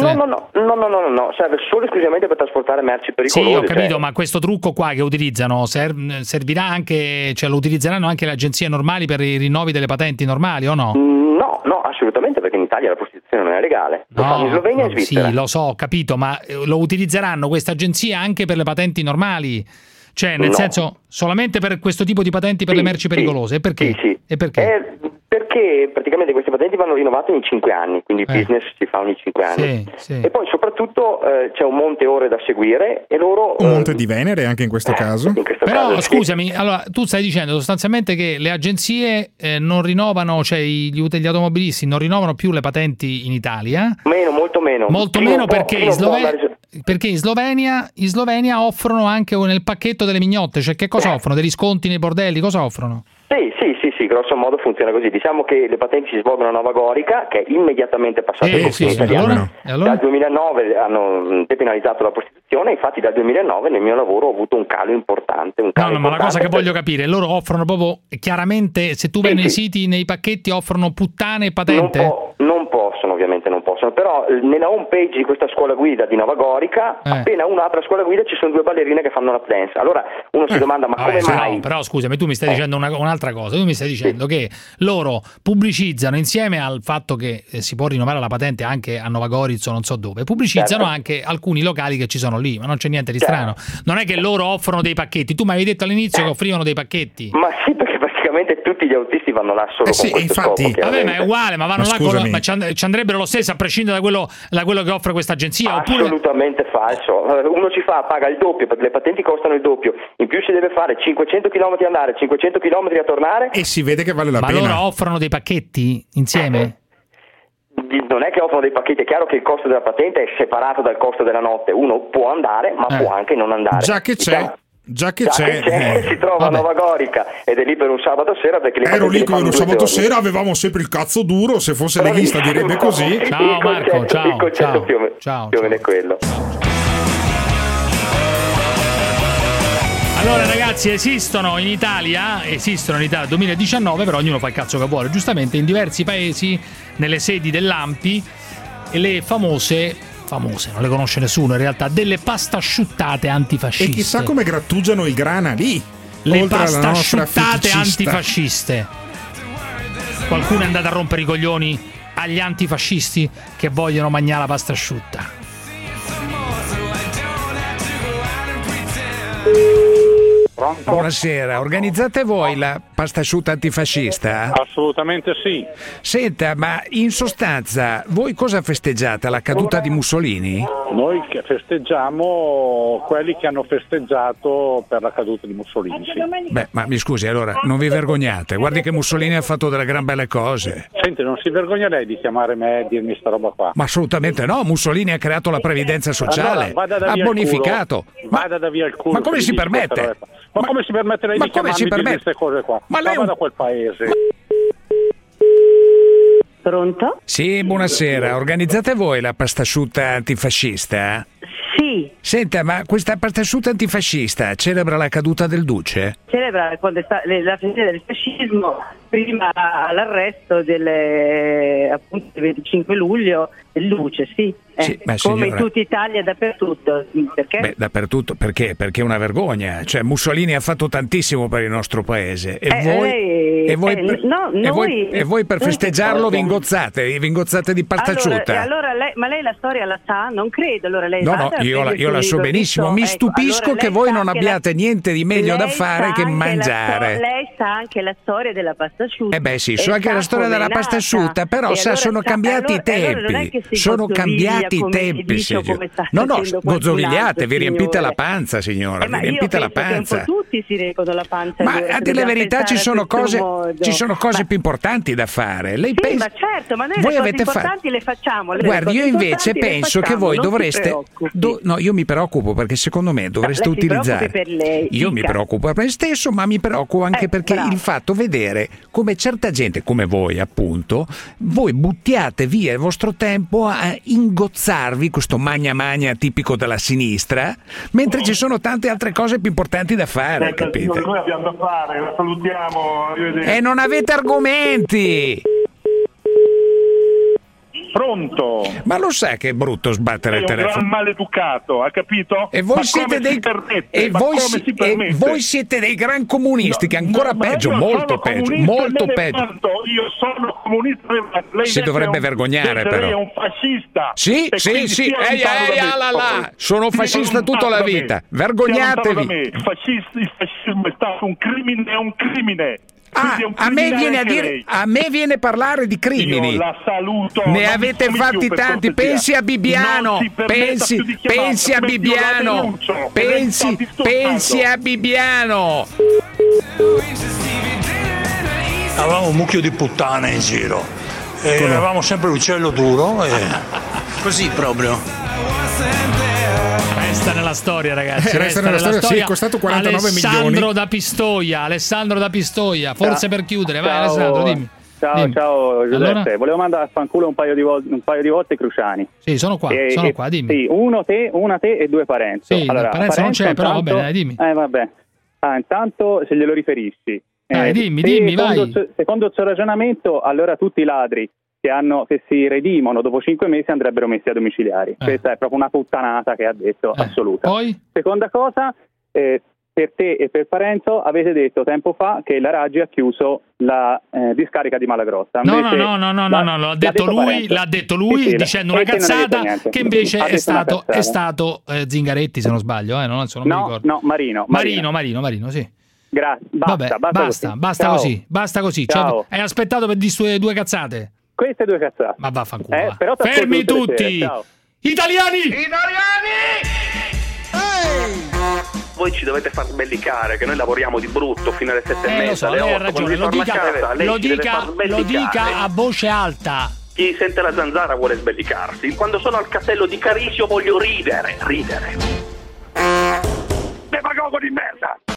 serve solo esclusivamente per trasportare merci pericolose. Sì, ho capito, ma questo trucco qua che utilizzano servirà anche, cioè lo utilizzeranno anche le agenzie normali per i rinnovi delle patenti normali o no? No, assolutamente, perché in Italia la prostituzione non è legale. Lo fanno in Slovenia e in Svizzera. Sì, lo so, ho capito, ma lo utilizzeranno queste agenzie anche per le patenti normali? Cioè, nel senso, solamente per questo tipo di patenti per le merci pericolose? Perché? Sì. E perché? Perché praticamente queste patenti vanno rinnovate ogni 5 anni, quindi il business si fa ogni 5 anni. Sì. E poi soprattutto c'è un monte ore da seguire e loro... Un monte di Venere anche in questo caso? Però scusami, allora tu stai dicendo sostanzialmente che le agenzie non rinnovano, cioè gli automobilisti non rinnovano più le patenti in Italia? Molto meno. Molto meno perché in Slovenia offrono anche nel pacchetto delle mignotte, cioè che cosa offrono? Degli sconti nei bordelli, cosa offrono? Sì, grosso modo funziona così. Diciamo che le patenti si svolgono a Nova Gorica, che è immediatamente passata al confine italiano. Allora? Dal 2009 hanno depenalizzato la prostituzione, infatti dal 2009 nel mio lavoro ho avuto un calo importante. Ma la cosa che voglio capire, loro offrono proprio chiaramente, se tu vai nei siti, nei pacchetti offrono puttane e patente? Ovviamente non possono, però nella home page di questa scuola guida di Nova Gorica, appena uno apre la scuola guida ci sono 2 ballerine che fanno la dance. Allora uno si domanda come mai? Però scusami, tu mi stai dicendo un'altra cosa, tu mi stai dicendo che loro pubblicizzano, insieme al fatto che si può rinnovare la patente anche a Nova Gorizia, non so dove, pubblicizzano anche alcuni locali che ci sono lì, ma non c'è niente di strano. Non è che loro offrono dei pacchetti, tu mi avevi detto all'inizio che offrivano dei pacchetti. Ma sì, perché praticamente tutti gli autisti vanno là solo con questo scopo. Vabbè, ma è uguale, ma vanno là ma ci andrebbero lo stesso a prescindere da quello che offre questa agenzia? Assolutamente falso. Uno paga il doppio, perché le patenti costano il doppio, in più si deve fare 500 km andare, 500 km a tornare, e si vede che vale la pena. Ma loro offrono dei pacchetti insieme? Non è che offrono dei pacchetti, è chiaro che il costo della patente è separato dal costo della notte. Uno può andare, ma può anche non andare. Già che c'è, si trova a Nova Gorica ed è lì per un sabato sera, perché ero lì per un sabato sera, avevamo sempre il cazzo duro, se fosse leghista direbbe così. Ciao Marco, il concetto più o meno è quello. Allora ragazzi, esistono in Italia 2019, però ognuno fa il cazzo che vuole, giustamente in diversi paesi, nelle sedi dell'ANPI, e le famose, non le conosce nessuno in realtà, delle pastasciuttate antifasciste. E chissà come grattugiano il grana lì. Le pastasciuttate antifasciste. Qualcuno è andato a rompere i coglioni agli antifascisti che vogliono mangiare la pasta asciutta. Buonasera, organizzate voi la pasta asciutta antifascista? Assolutamente sì. Senta, ma in sostanza voi cosa festeggiate? La caduta di Mussolini? Noi che festeggiamo quelli che hanno festeggiato per la caduta di Mussolini, sì. Beh, ma mi scusi, allora non vi vergognate? Guardi che Mussolini ha fatto delle gran belle cose. Senti, non si vergogna lei di chiamare me e dirmi sta roba qua? Ma assolutamente no, Mussolini ha creato la previdenza sociale, ha bonificato. Vada da via il culo. Ma come si permette? Ma come si permette lei di chiamarmi di queste cose qua? Ma lei da quel paese. Pronto? Sì, buonasera. Organizzate voi la pasta asciutta antifascista? Sì. Senta, ma questa pasta asciutta antifascista celebra la caduta del Duce? Celebra la fine del fascismo, prima l'arresto appunto del 25 luglio del Duce, sì. Sì, ma come signora, in tutta Italia, dappertutto. Perché? Beh, dappertutto, perché? Perché è una vergogna. Cioè, Mussolini ha fatto tantissimo per il nostro paese. E voi per festeggiarlo vi ingozzate di pasta asciutta. Ma lei la storia la sa? Non credo. Allora lei io la so benissimo. Mi stupisco che voi non abbiate niente di meglio da fare che mangiare. Lei sa anche la storia della pasta pasta asciutta. Sì, so anche la storia della pasta asciutta, però sono cambiati i tempi. Sono cambiati i tempi, signora. No, gozzovigliate, vi riempite la panza, signora, vi riempite la panza. Tutti si riempiono la panza. Ma a dire la verità ci sono cose più importanti da fare. Lei pensa? Ma certo, ma noi le cose importanti le facciamo. Guardi, io invece penso che voi dovreste... No, io mi preoccupo perché secondo me dovreste utilizzare... Per lei. Io mi preoccupo per me stesso, ma mi preoccupo anche perché il fatto vedere come certa gente, come voi appunto, voi buttiate via il vostro tempo a ingozzarvi, questo magna tipico della sinistra, mentre ci sono tante altre cose più importanti da fare, capite? Noi abbiamo da fare, la salutiamo, arrivederci. E non avete argomenti! Pronto? Ma lo sa che è brutto sbattere il telefono? È un gran maleducato, ha capito? E voi siete voi siete dei gran comunisti, che è ancora peggio, molto peggio. Io sono comunista. Lei si dovrebbe vergognare, però. Lei è un fascista. Sì. Sono fascista tutta la vita. Vergognatevi. Il fascismo è stato un crimine, è un crimine. A me viene a parlare di crimini. Io la saluto. Ne avete fatti tanti. Pensi a Bibbiano. Pensi a Bibbiano. Pensi a Bibbiano. Avevamo un mucchio di puttane in giro. E eravamo sempre l'uccello duro. Così proprio. Resta nella storia, ragazzi. Resta nella storia. Sì, è costato 49 milioni. Alessandro da Pistoia. Forse per chiudere, vai Alessandro, dimmi. Ciao Giuseppe, allora? Volevo mandare a fanculo un paio di volte Cruciani. Sì, sono qua, dimmi. Sì, una te e due Parenzo. Sì, allora, Parenzo non c'è, però va bene, dai, dimmi. Vabbè. Intanto se glielo riferisci. Dimmi, vai. Secondo il suo ragionamento, allora tutti i ladri che si redimono dopo 5 mesi andrebbero messi a domiciliari. Questa è proprio una puttanata che ha detto, assoluta. Poi? Seconda cosa, per te e per Parenzo avete detto tempo fa che la Raggi ha chiuso la discarica di Malagrotta. No, l'ha detto lui dicendo una cazzata che invece è stato Zingaretti, se non sbaglio, non mi ricordo. No, Marino, sì. Basta così. Ciao. Hai aspettato per dire due cazzate? Queste due cazzate. Ma vaffanculo. Però fermi tutti! Italiani! Voi ci dovete far sbellicare, che noi lavoriamo di brutto fino alle 7:30, alle 8. Hai ragione, lo dica a voce alta. Chi sente la zanzara vuole sbellicarsi. Quando sono al castello di Carisio voglio ridere.